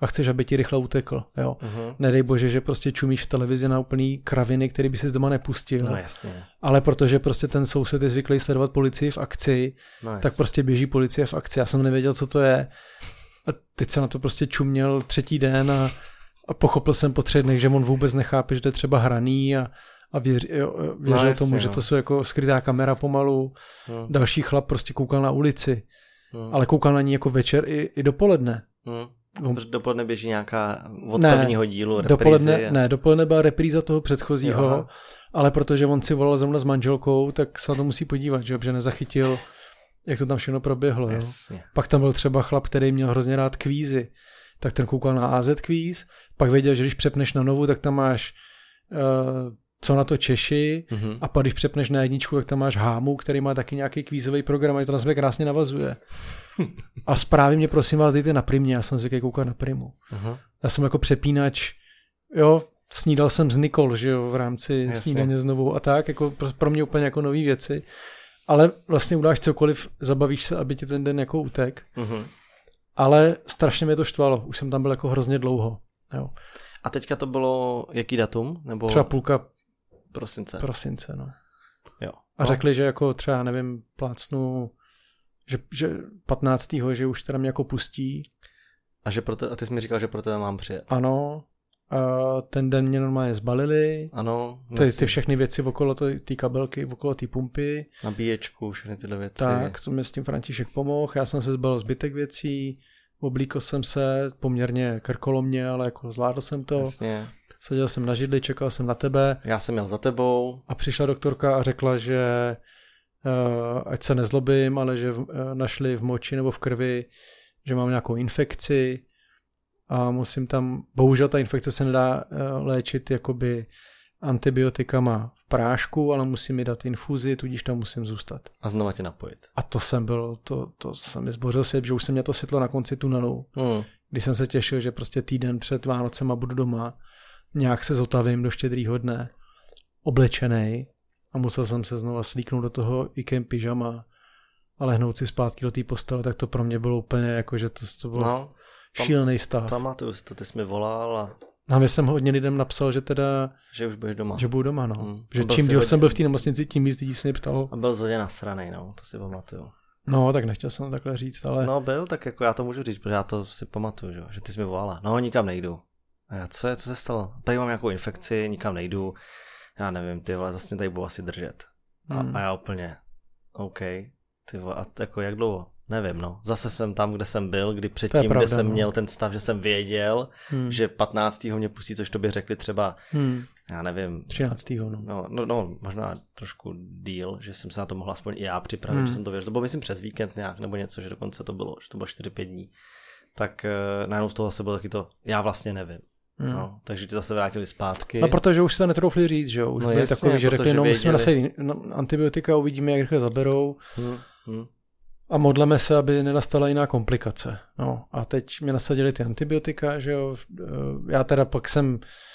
Speaker 1: a chceš, aby ti rychle utekl. Jo.
Speaker 2: Uh-huh.
Speaker 1: Nedej bože, že prostě čumíš v televizi na úplný kraviny, který by si z doma nepustil.
Speaker 2: No jasně.
Speaker 1: Ale protože prostě ten soused je zvyklý sledovat policii v akci,
Speaker 2: No
Speaker 1: tak prostě běží policie v akci. Já jsem nevěděl, co to je. A teď jsem na to prostě čuměl třetí den a, a pochopil jsem po třech dnech, že on vůbec nechápe, že to je třeba hraný a, a věř, jo, věřil no, jasně, tomu, no. že to jsou jako skrytá kamera pomalu. No. Další chlap prostě koukal na ulici, no. ale koukal na ní jako večer i, i dopoledne.
Speaker 2: No. On... Dopoledne běží nějaká od prvního dílu reprízy.
Speaker 1: Dopoledne, a... Ne, dopoledne byla repríza toho předchozího, jo. ale protože on si volal zrovna s manželkou, tak se na to musí podívat, že, že nezachytil, jak to tam všechno proběhlo. Jo. Pak tam byl třeba chlap, který měl hrozně rád kvízy, tak ten koukal na á zet kvíz, pak věděl, že když přepneš na novu, tak tam máš uh, co na to Češi mm-hmm. a pak když přepneš na jedničku, tak tam máš Hámu, který má taky nějaký kvízový program a to na sebe krásně navazuje. A zprávy mě prosím vás dejte na Primě, já jsem zvyklý koukat na Primu. Uh-huh. Já jsem jako přepínač, jo, snídal jsem s Nikol, že jo, v rámci Jasně. snídaně znovu a tak, jako pro, pro mě úplně jako nový věci, ale vlastně udáš cokoliv, zabavíš se, aby ti ten den jako utek, uh-huh. ale strašně mě to štvalo, už jsem tam byl jako hrozně dlouho, jo.
Speaker 2: A teďka to bylo jaký datum? Nebo...
Speaker 1: Třeba půlka
Speaker 2: prosince.
Speaker 1: Prosince, no.
Speaker 2: Jo.
Speaker 1: A
Speaker 2: no.
Speaker 1: řekli, že jako třeba, nevím, plácnu Že, že patnáctého že už teda mě jako pustí.
Speaker 2: A, že pro te, a ty jsi mi říkal, že pro tebe mám přijet.
Speaker 1: Ano. A ten den mě normálně zbalili.
Speaker 2: Ano.
Speaker 1: Ty, ty všechny věci okolo té kabelky, okolo té pumpy.
Speaker 2: Nabíječku, všechny tyhle věci.
Speaker 1: Tak, to mi s tím František pomohl. Já jsem se zbalil zbytek věcí. Oblíkl jsem se poměrně krkolomně, ale jako zvládl jsem to.
Speaker 2: Jasně.
Speaker 1: Seděl jsem na židli, čekal jsem na tebe.
Speaker 2: Já jsem jel za tebou.
Speaker 1: A přišla doktorka a řekla, že Uh, ať se nezlobím, ale že uh, našli v moči nebo v krvi, že mám nějakou infekci a musím tam, bohužel ta infekce se nedá uh, léčit jakoby antibiotikama v prášku, ale musím mi dát infuzi, tudíž tam musím zůstat.
Speaker 2: A znova tě napojit.
Speaker 1: A to jsem byl, to, to jsem mi zbořil svět, že už jsem měl to světlo na konci tunelu, hmm. když jsem se těšil, že prostě týden před Vánocema budu doma, nějak se zotavím do štědrýho dne, oblečenej, a musel jsem se znova slíknout do toho IKEM pyžama a lehnout si zpátky do té postele, tak to pro mě bylo úplně jako, že to, to byl no, šílený stav.
Speaker 2: Pamatuju si to, ty jsi mi volal a...
Speaker 1: A my jsem hodně lidem napsal, že teda...
Speaker 2: Že už budeš doma.
Speaker 1: Že budu doma, no. Hmm. Že čím díl hodně... jsem byl v té nemocnici, tím víc lidí se mě ptalo.
Speaker 2: A byl zhodně nasranej, no, to si pamatuju.
Speaker 1: No, tak nechtěl jsem takhle říct, ale...
Speaker 2: No byl, tak jako já to můžu říct, protože já to si pamatuju, že, že ty jsi mi volala. No, nikam nejdu. A já, co je, co se stalo? Tady mám nějakou infekci, nikam nejdu. Já nevím, ty vole, zase tady budu asi držet. A, hmm. a já úplně, OK, ty vole, a jako jak dlouho? Nevím, no. Zase jsem tam, kde jsem byl, kdy předtím, pravda, kde jsem no. měl ten stav, že jsem věděl, hmm. že patnáctého mě pustí, což tobě řekli třeba, hmm. já nevím.
Speaker 1: třináctého No.
Speaker 2: No, no, no, možná trošku díl, že jsem se na to mohl aspoň i já připravit, hmm. že jsem to věděl. To bylo myslím přes víkend nějak, nebo něco, že dokonce to bylo, že to bylo čtyři pět dní. Tak uh, najednou z toho zase bylo taky to, já vlastně nevím. Hmm. No, takže ti zase vrátili zpátky.
Speaker 1: No, protože už se netroufli říct, že jo. Už no, byli jasně, takový, že řekli, no musíme nasadit antibiotika, uvidíme, jak rychle zaberou. Hmm. Hmm. A modleme se, aby nenastala jiná komplikace. No, a teď mi nasadili ty antibiotika, že jo. Já teda pak jsem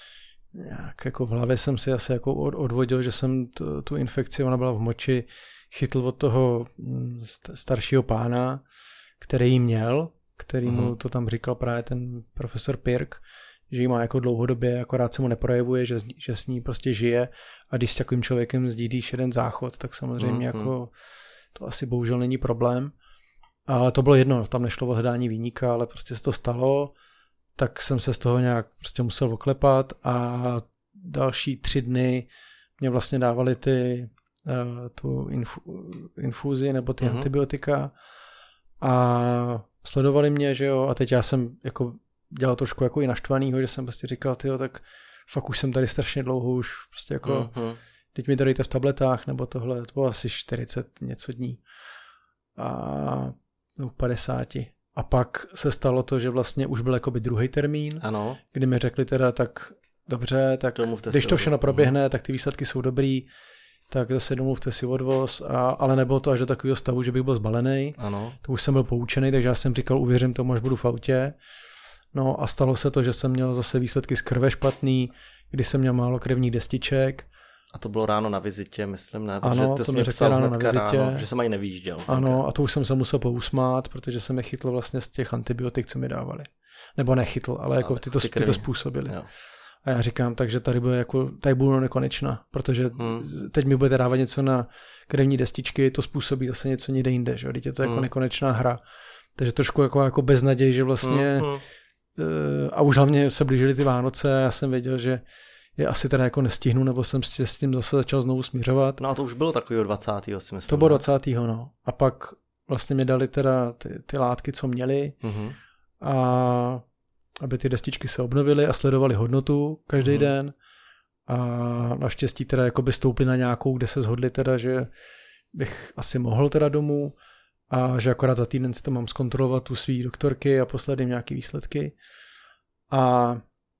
Speaker 1: nějak jako v hlavě jsem si asi jako odvodil, že jsem tu, tu infekci, ona byla v moči, chytl od toho staršího pána, který ji měl, který mu hmm. to tam říkal právě ten profesor Pirk, že ji má jako dlouhodobě, akorát se mu neprojevuje, že, že s ní prostě žije a když s takovým člověkem sdílíš jeden záchod, tak samozřejmě mm, jako to asi bohužel není problém. Ale to bylo jedno, tam nešlo o hledání viníka, ale prostě se to stalo, tak jsem se z toho nějak prostě musel oklepat a další tři dny mě vlastně dávali ty uh, tu infu, infuzi nebo ty mm-hmm. antibiotika a sledovali mě, že jo, a teď já jsem jako dělal trošku jako i naštvanýho, že jsem prostě říkal, tyjo, tak fakt už jsem tady strašně dlouho, už prostě jako, mm-hmm. teď mi to dejte v tabletách, nebo tohle, to bylo asi čtyřicet něco dní a no, padesát. A pak se stalo to, že vlastně už byl jakoby druhý termín,
Speaker 2: ano.
Speaker 1: kdy mi řekli teda, tak dobře, tak když to všechno proběhne, tak ty výsledky jsou dobrý, tak zase domluvte si odvoz, a, ale nebylo to až do takového stavu, že bych byl zbalený.
Speaker 2: Ano.
Speaker 1: To už jsem byl poučený, takže já jsem říkal, uvěřím tomu, až budu v autě. No a stalo se to, že jsem měl zase výsledky z krve špatný, kdy jsem měl málo krevních destiček.
Speaker 2: A to bylo ráno na vizitě, myslím, ne?
Speaker 1: Ano,
Speaker 2: to,
Speaker 1: to mi řekl ráno na vizitě.
Speaker 2: Ráno, že jsem ani nevyjížděl.
Speaker 1: Ano, a to už jsem se musel pousmát, protože jsem je chytl vlastně z těch antibiotik, co mi dávali. Nebo nechytl, ale jako ty to, ty to způsobili.
Speaker 2: Jo.
Speaker 1: A já říkám, takže tady bude jako, tady budu nekonečna, protože hmm. teď mi budete dávat něco na krevní destičky, to způsobí zase něco někde jinde, že? Teď je to jako hmm. nekonečná hra. Takže trošku jako, jako beznaděj, že vlastně hmm. a už hlavně se blížily ty Vánoce a já jsem věděl, že je asi teda jako nestihnu, nebo jsem si s tím zase začal znovu směřovat.
Speaker 2: No a to už bylo takového dvacátého si myslím.
Speaker 1: To bylo dvacátého no. A pak vlastně mi dali teda ty, ty látky, co měli hmm. a aby ty destičky se obnovily a sledovaly hodnotu každý hmm. den a naštěstí teda jako by stouply na nějakou, kde se shodli teda, že bych asi mohl teda domů a že akorát za týden si to mám zkontrolovat u svý doktorky a poslat jim nějaký výsledky a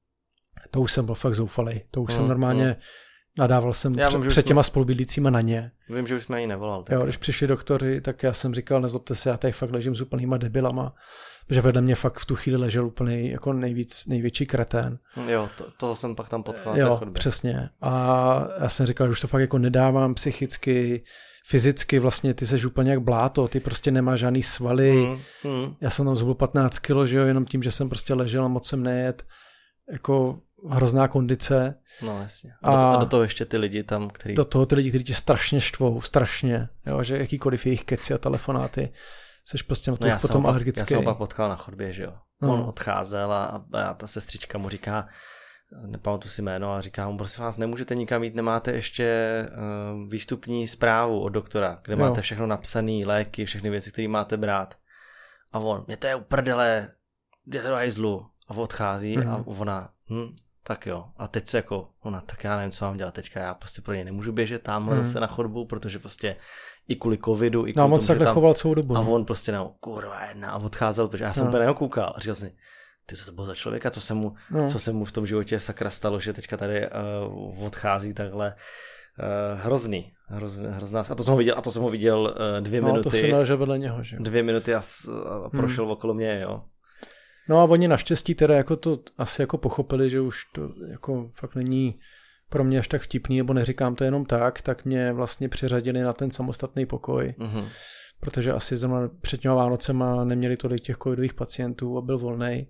Speaker 1: to už jsem byl fakt zoufalej. To už hmm. jsem normálně hmm. nadával jsem já před, vím, před těma jsme... spolubydlícíma na ně.
Speaker 2: Vím, že už jsme ani nevolal.
Speaker 1: Jo, když přišli doktory, tak já jsem říkal, nezlobte se, já tady fakt ležím s úplnýma debilama, protože vedle mě fakt v tu chvíli ležel úplný jako nejvíc, největší kretén.
Speaker 2: Jo, to, toho jsem pak tam potkal.
Speaker 1: Jo, přesně. A já jsem říkal, že už to fakt jako nedávám psychicky, fyzicky vlastně, ty seš úplně jak bláto, ty prostě nemáš žádný svaly. Hmm, hmm. Já jsem tam zhubil patnáct kilo, že jo, jenom tím, že jsem prostě ležel a moc jsem nejet. Jako hrozná kondice.
Speaker 2: No jasně. A, a, do, a do toho ještě ty lidi tam, který...
Speaker 1: Do toho ty lidi, kteří tě strašně štvou, strašně, jo, že jakýkoliv jejich keci a telefonáty, seš prostě na to no potom alergický.
Speaker 2: Já jsem ho pak potkal na chodbě, že jo. No. On odcházel a, a ta sestřička mu říká, nepamatuji si jméno, ale říká mu, prosím vás, nemůžete nikam jít, nemáte ještě uh, výstupní zprávu od doktora, kde jo. máte všechno napsané, léky, všechny věci, které máte brát. A on, mě to je uprdele, jděte do hajzlu. A odchází mm. a ona, hm, tak jo. A teď se jako, ona, tak já nevím, co mám dělat teďka, já prostě pro ně nemůžu běžet tamhle mm. zase na chodbu, protože prostě i kvůli covidu, i kvůli
Speaker 1: no, tomu, že tam... choval celou dobu.
Speaker 2: A on prostě no, kurva jedna a odcházel, protože já jsem no. úplně na něho koukal a říkal si, ty co to bylo za člověka, co se mu, no. co se mu v tom životě sakra stalo, že teďka tady uh, odchází takhle uh, hrozný. Hroz, hrozná. A to jsem ho viděl, a to jsem ho viděl uh, dvě
Speaker 1: no,
Speaker 2: minuty.
Speaker 1: To si naležel vedle něho, že?
Speaker 2: Dvě minuty a, a prošel hmm. okolo mě, jo.
Speaker 1: No a oni naštěstí teda jako to asi jako pochopili, že už to jako fakt není pro mě až tak vtipný, nebo neříkám to jenom tak, tak mě vlastně přiřadili na ten samostatný pokoj, mm-hmm. protože asi zrovna před těma Vánocema neměli tolik těch covidových pacientů a byl volnej.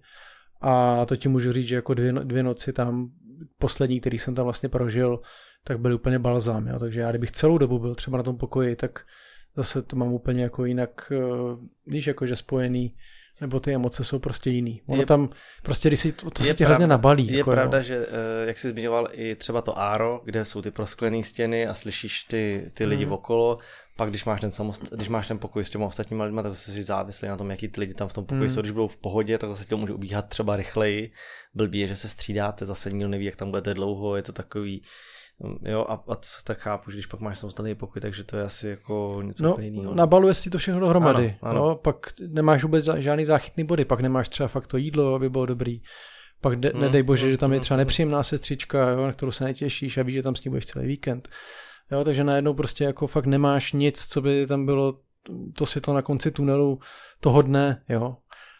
Speaker 1: A to ti můžu říct, že jako dvě, dvě noci tam, poslední, který jsem tam vlastně prožil, tak byly úplně balzám. Jo? Takže já kdybych celou dobu byl třeba na tom pokoji, tak zase to mám úplně jako jinak, víš, jakože spojený, nebo ty emoce jsou prostě jiný. Ono je, tam prostě, když si to, to se ti hrozně nabalí.
Speaker 2: Je
Speaker 1: jako
Speaker 2: pravda,
Speaker 1: jo.
Speaker 2: že jak jsi zmiňoval i třeba to áro, kde jsou ty prosklené stěny a slyšíš ty, ty lidi mm. okolo, pak když máš ten samost, když máš ten pokoj s těma ostatníma lidma, tak zase jsi závislý na tom, jaký ty lidi tam v tom pokoji mm. jsou. Když budou v pohodě, tak zase to může ubíhat třeba rychleji. Blbý je, že se střídáte, zase nikdo neví, jak tam budete dlouho, je to takový. Jo, a, a tak chápu, že když pak máš samostatný pokoj, takže to je asi jako něco
Speaker 1: no,
Speaker 2: úplně jiného.
Speaker 1: Nabaluje si to všechno dohromady.
Speaker 2: Ano, ano.
Speaker 1: No, pak nemáš vůbec žádný záchytný body, pak nemáš třeba fakt to jídlo, aby bylo dobrý. Pak de, mm, nedej bože, mm, že tam je třeba nepříjemná sestřička, jo, na kterou se netěšíš a víš, že tam s ní budeš celý víkend. Jo, takže najednou prostě jako fakt nemáš nic, co by tam bylo to světlo na konci tunelu toho dne, jo.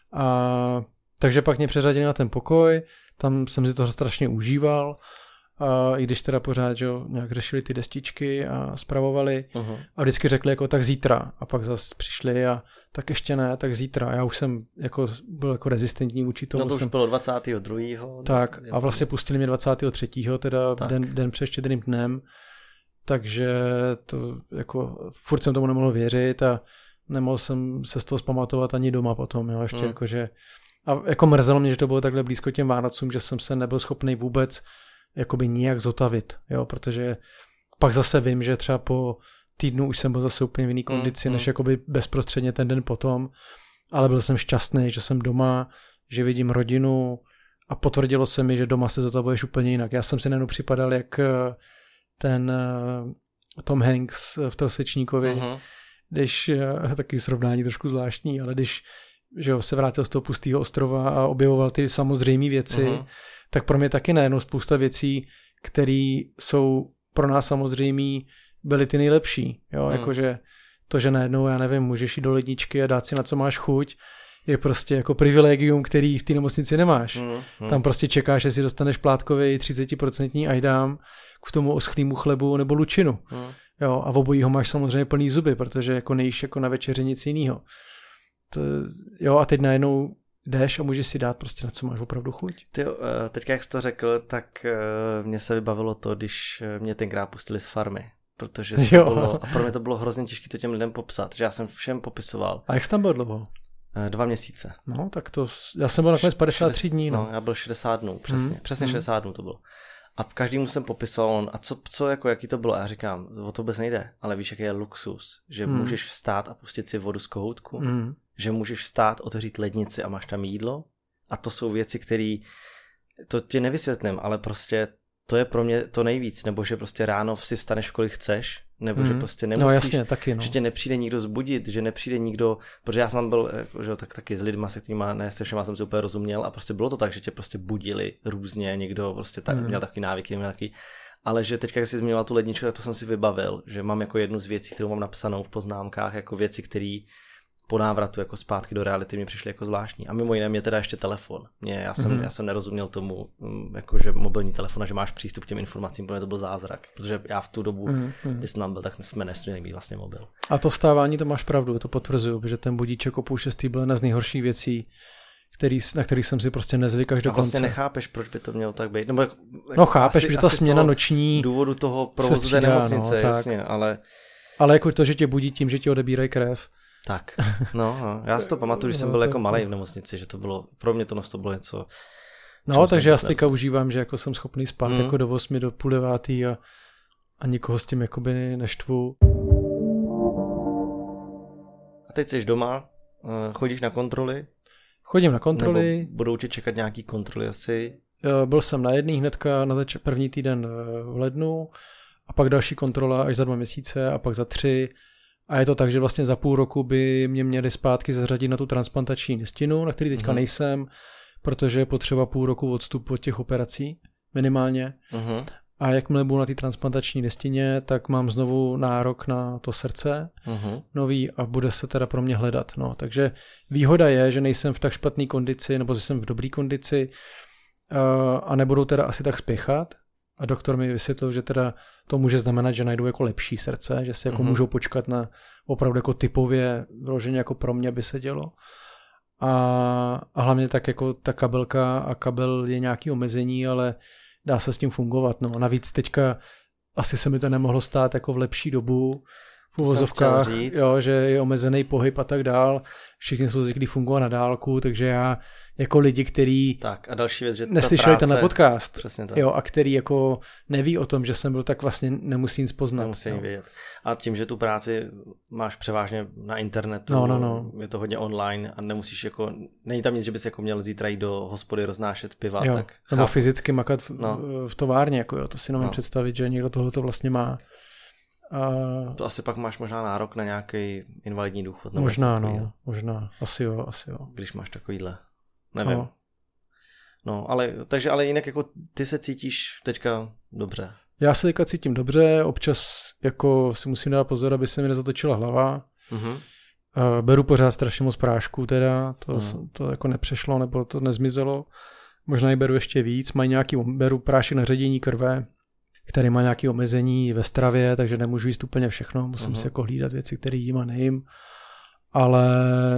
Speaker 1: A takže pak mě přeřadili na ten pokoj, tam jsem si toho strašně užíval. A i když teda pořád, že nějak řešili ty destičky a spravovali uh-huh. a vždycky řekli jako tak zítra a pak zase přišli a tak ještě ne, tak zítra. Já už jsem jako byl jako rezistentní vůči tomu.
Speaker 2: No to už
Speaker 1: jsem...
Speaker 2: bylo dvacátého druhého
Speaker 1: Tak a vlastně pustili mě dvacátého třetího teda tak. den, den před štědrým dnem, takže to jako furt jsem tomu nemohl věřit a nemohl jsem se z toho zpamatovat ani doma potom, jo, ještě uh-huh. jakože a jako mrzelo mě, že to bylo takhle blízko těm Vánocům, že jsem se nebyl schopný vůbec jakoby nijak zotavit, jo, protože pak zase vím, že třeba po týdnu už jsem byl zase úplně v jiný kondici, mm, než mm. jakoby bezprostředně ten den potom, ale byl jsem šťastný, že jsem doma, že vidím rodinu a potvrdilo se mi, že doma se zotavuješ úplně jinak. Já jsem si najednou připadal jak ten Tom Hanks v Trosečníkovi, mm-hmm. když, taky srovnání trošku zvláštní, ale když že jo, se vrátil z toho pustého ostrova a objevoval ty samozřejmé věci, mm-hmm. tak pro mě taky najednou spousta věcí, které jsou pro nás samozřejmý, byly ty nejlepší. Jo? Mm. Jakože to, že najednou, já nevím, můžeš jít do ledničky a dát si na co máš chuť, je prostě jako privilegium, který v té nemocnici nemáš. Mm. Mm. Tam prostě čekáš, že si dostaneš plátkový třicet procent ajdám k tomu oschlýmu chlebu nebo lučinu. Mm. Jo? A v obojího máš samozřejmě plný zuby, protože jako nejíš jako na večeři nic jinýho. To, jo, a teď najednou jdeš a můžeš si dát prostě na co máš opravdu chuť.
Speaker 2: Ty, teďka jak jsi to řekl, tak mně se vybavilo to, když mě tenkrát pustili z farmy. Protože to bylo, a pro mě to bylo hrozně těžké to těm lidem popsat, že já jsem všem popisoval.
Speaker 1: A jak jsi tam byl dlouho?
Speaker 2: Dva měsíce.
Speaker 1: No, tak to, já jsem byl nakonec padesát tři dní. No,
Speaker 2: no já byl šedesát dnů, přesně, hmm. přesně hmm. šedesát dnů to bylo. A každému jsem popisoval, on, a co, co, jako, jaký to bylo? A já říkám, o to vůbec nejde, ale víš, jaký je luxus, že hmm. můžeš vstát a pustit si vodu z kohoutku, hmm. že můžeš vstát, otevřít lednici a máš tam jídlo. A to jsou věci, které, to ti nevysvětlím, ale prostě to je pro mě to nejvíc, nebo že prostě ráno si vstaneš, v kolik chceš, nebo mm. že prostě nemusíš,
Speaker 1: no, jasně, taky, no.
Speaker 2: že tě nepřijde nikdo zbudit, že nepřijde nikdo, protože já jsem byl, že tak taky s lidma, se kterýma, ne se všema jsem si úplně rozuměl a prostě bylo to tak, že tě prostě budili různě, někdo prostě tak, mm. měl takový návyky, měl takový, ale že teďka, když jsi zmiňoval tu ledničku, tak to jsem si vybavil, že mám jako jednu z věcí, kterou mám napsanou v poznámkách, jako věci, které po návratu jako zpátky do reality mi přišly jako zvláštní. A mimo jiné mě teda ještě telefon. Mě, já, jsem, mm-hmm. já jsem nerozuměl tomu, jako že mobilní telefon a že máš přístup k těm informacím, protože to byl zázrak. Protože já v tu dobu, mm-hmm. když jsem tam byl, tak jsme nesměli mít vlastně mobil.
Speaker 1: A to vstávání, to máš pravdu, to potvrzuju, protože ten budíček o půl šestý byl jedna z nejhorších věcí, který, na kterých jsem si prostě nezvyk až do konce. A
Speaker 2: vlastně nechápeš, proč by to mělo tak být. Nebo, jako,
Speaker 1: no chápeš, asi, že ta směna noční
Speaker 2: důvodu toho provozu té nemocnice, no, jasně, ale...
Speaker 1: Ale jako to, že tě budí tím, že ti odebírají krev.
Speaker 2: Tak, no, no. Já si to pamatuju, když jsem byl jako malej v nemocnici, že to bylo, pro mě to, to bylo něco...
Speaker 1: No, takže já teďka užívám, že jako jsem schopný spát mm. jako do osmi, do půl devátý a, a nikoho s tím jakoby neštvu.
Speaker 2: A teď jsi doma, chodíš na kontroly?
Speaker 1: Chodím na kontroly.
Speaker 2: Nebo budou tě čekat nějaký kontroly asi?
Speaker 1: Byl jsem na jedný hnedka na zač- první týden v lednu a pak další kontrola až za dva měsíce a pak za tři. A je to tak, že vlastně za půl roku by mě měli zpátky zařadit na tu transplantační listinu, na který teďka uh-huh. nejsem, protože je potřeba půl roku odstup od těch operací, minimálně. Uh-huh. A jakmile budu na té transplantační listině, tak mám znovu nárok na to srdce uh-huh. nový a bude se teda pro mě hledat. No. Takže výhoda je, že nejsem v tak špatné kondici, nebo že jsem v dobré kondici uh, a nebudou teda asi tak spěchat. A doktor mi vysvětlil, že teda to může znamenat, že najdou jako lepší srdce, že si jako mm-hmm. můžou počkat na opravdu jako typově vloženě jako pro mě by se dělo. A, a hlavně tak jako ta kabelka a kabel je nějaký omezení, ale dá se s tím fungovat. No. Navíc teďka asi se mi to nemohlo stát jako v lepší dobu v uvozovkách, jo, že je omezený pohyb a tak dál. Všichni jsou zvyklí fungovat na dálku, takže já jako lidi, kteří
Speaker 2: tak a další věc, že
Speaker 1: neslyšeli
Speaker 2: práce,
Speaker 1: ten podcast,
Speaker 2: přesně tak.
Speaker 1: Jo, a který jako neví o tom, že jsem byl, tak vlastně nemusí nic poznat.
Speaker 2: Nemusí vědět. A tím, že tu práci máš převážně na internetu,
Speaker 1: no, no, no.
Speaker 2: je to hodně online a nemusíš jako, není tam nic, že bys jako měl zítra jít do hospody roznášet piva,
Speaker 1: jo,
Speaker 2: tak
Speaker 1: nebo chápu. Fyzicky makat v,
Speaker 2: no.
Speaker 1: v továrně, jako jo, to si nemůžu no. představit, že někdo tohoto vlastně má. A...
Speaker 2: To asi pak máš možná nárok na nějaký invalidní důchod.
Speaker 1: Možná, no, jo. možná, asi jo, asi jo.
Speaker 2: Když máš takovýhle, nevím. No. No, ale, takže ale jinak jako ty se cítíš teďka dobře.
Speaker 1: Já se teďka cítím dobře, občas jako si musím dát pozor, aby se mi nezatočila hlava. Uh-huh. Beru pořád strašně moc prášků teda, to, uh-huh. to jako nepřešlo, nebo to nezmizelo. Možná i beru ještě víc, mají nějaký, beru prášek na ředění krve, který má nějaké omezení ve stravě, takže nemůžu jíst úplně všechno, musím uh-huh. si jako hlídat věci, které jím a nejím. Ale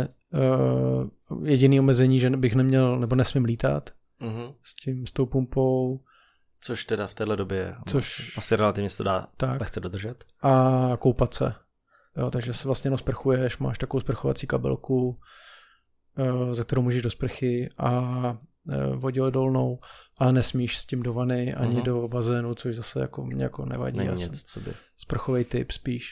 Speaker 1: uh, jediný omezení, že bych neměl, nebo nesmím lítat, uh-huh. s tím, s tou pumpou.
Speaker 2: Což teda v téhle době
Speaker 1: Což,
Speaker 2: asi relativně se to dá
Speaker 1: tak.
Speaker 2: lehce dodržet.
Speaker 1: A koupat se. Jo, takže se vlastně no sprchuješ, máš takovou sprchovací kabelku, ze kterou můžeš do sprchy a vodidolnou, ale nesmíš s tím do vany ani uh-huh. do bazénu, což zase jako mě jako nevadí.
Speaker 2: Není něco, co by.
Speaker 1: Sprchovej typ spíš.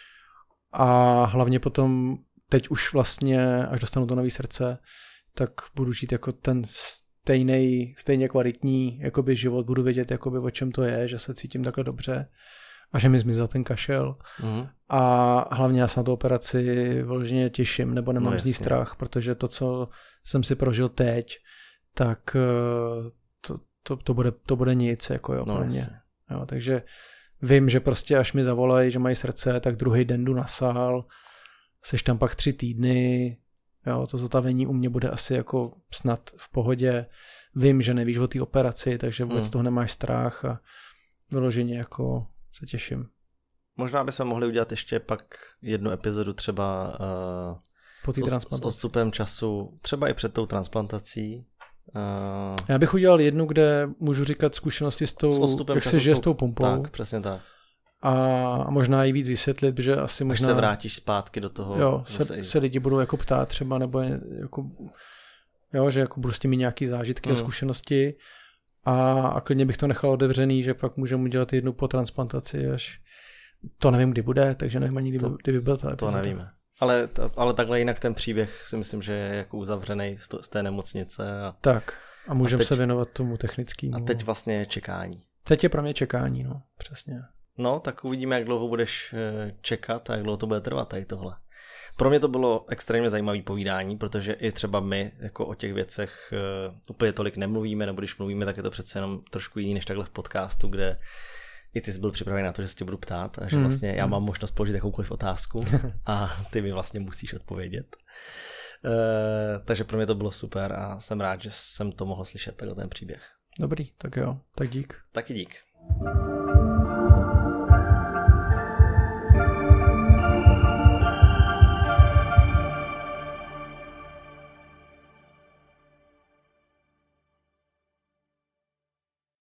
Speaker 1: A hlavně potom, teď už vlastně, až dostanu to nový srdce, tak budu žít jako ten stejnej, stejně kvalitní jakoby život, budu vědět, jakoby, o čem to je, že se cítím takhle dobře a že mi zmizel ten kašel. Mm. A hlavně já se na tu operaci vyloženě těším, nebo nemám no, z ní strach, protože to, co jsem si prožil teď, tak to, to, to, bude, to bude nic jako jo, no, pro mě. Jo, takže vím, že prostě až mi zavolají, že mají srdce, tak druhý den jdu na sál, seš tam pak tři týdny, jo, to zotavení u mě bude asi jako snad v pohodě. Vím, že nevíš o té operaci, takže vůbec hmm. toho nemáš strach a vyloženě jako se těším.
Speaker 2: Možná bychom mohli udělat ještě pak jednu epizodu třeba uh,
Speaker 1: po té transplantaci.
Speaker 2: S odstupem času, třeba i před tou transplantací. Uh...
Speaker 1: Já bych udělal jednu, kde můžu říkat zkušenosti s tou, s jak se žije s tou pumpou.
Speaker 2: Tak, přesně tak.
Speaker 1: A možná i víc vysvětlit, že asi
Speaker 2: Až
Speaker 1: možná...
Speaker 2: se vrátíš zpátky do toho.
Speaker 1: Jo, se, se lidi budou jako ptát třeba, nebo je, jako, jo, že jako budu s tím mít nějaký zážitky hmm. a zkušenosti a, a klidně bych to nechal otevřený, že pak můžeme udělat jednu po transplantaci, až to nevím, kdy bude, takže nevím ani, kdy,
Speaker 2: to,
Speaker 1: kdy by byl ta
Speaker 2: epizoda. To nevíme. Ale, ale takhle jinak ten příběh si myslím, že je jako uzavřený z, to, z té nemocnice. A,
Speaker 1: tak a můžeme se věnovat tomu technickému.
Speaker 2: A teď vlastně je čekání.
Speaker 1: Teď je pro mě čekání, no, přesně.
Speaker 2: No, tak uvidíme, jak dlouho budeš čekat a jak dlouho to bude trvat tady tohle. Pro mě to bylo extrémně zajímavé povídání, protože i třeba my jako o těch věcech uh, úplně tolik nemluvíme, nebo když mluvíme, tak je to přece jenom trošku jiný než takhle v podcastu, kde i ty jsi byl připravený na to, že se tě budu ptát a že vlastně já mám možnost položit jakoukoliv otázku a ty mi vlastně musíš odpovědět. Uh, takže pro mě to bylo super a jsem rád, že jsem to mohl slyšet, takhle ten příběh.
Speaker 1: Dobrý, tak jo, tak dík.
Speaker 2: Taky dík.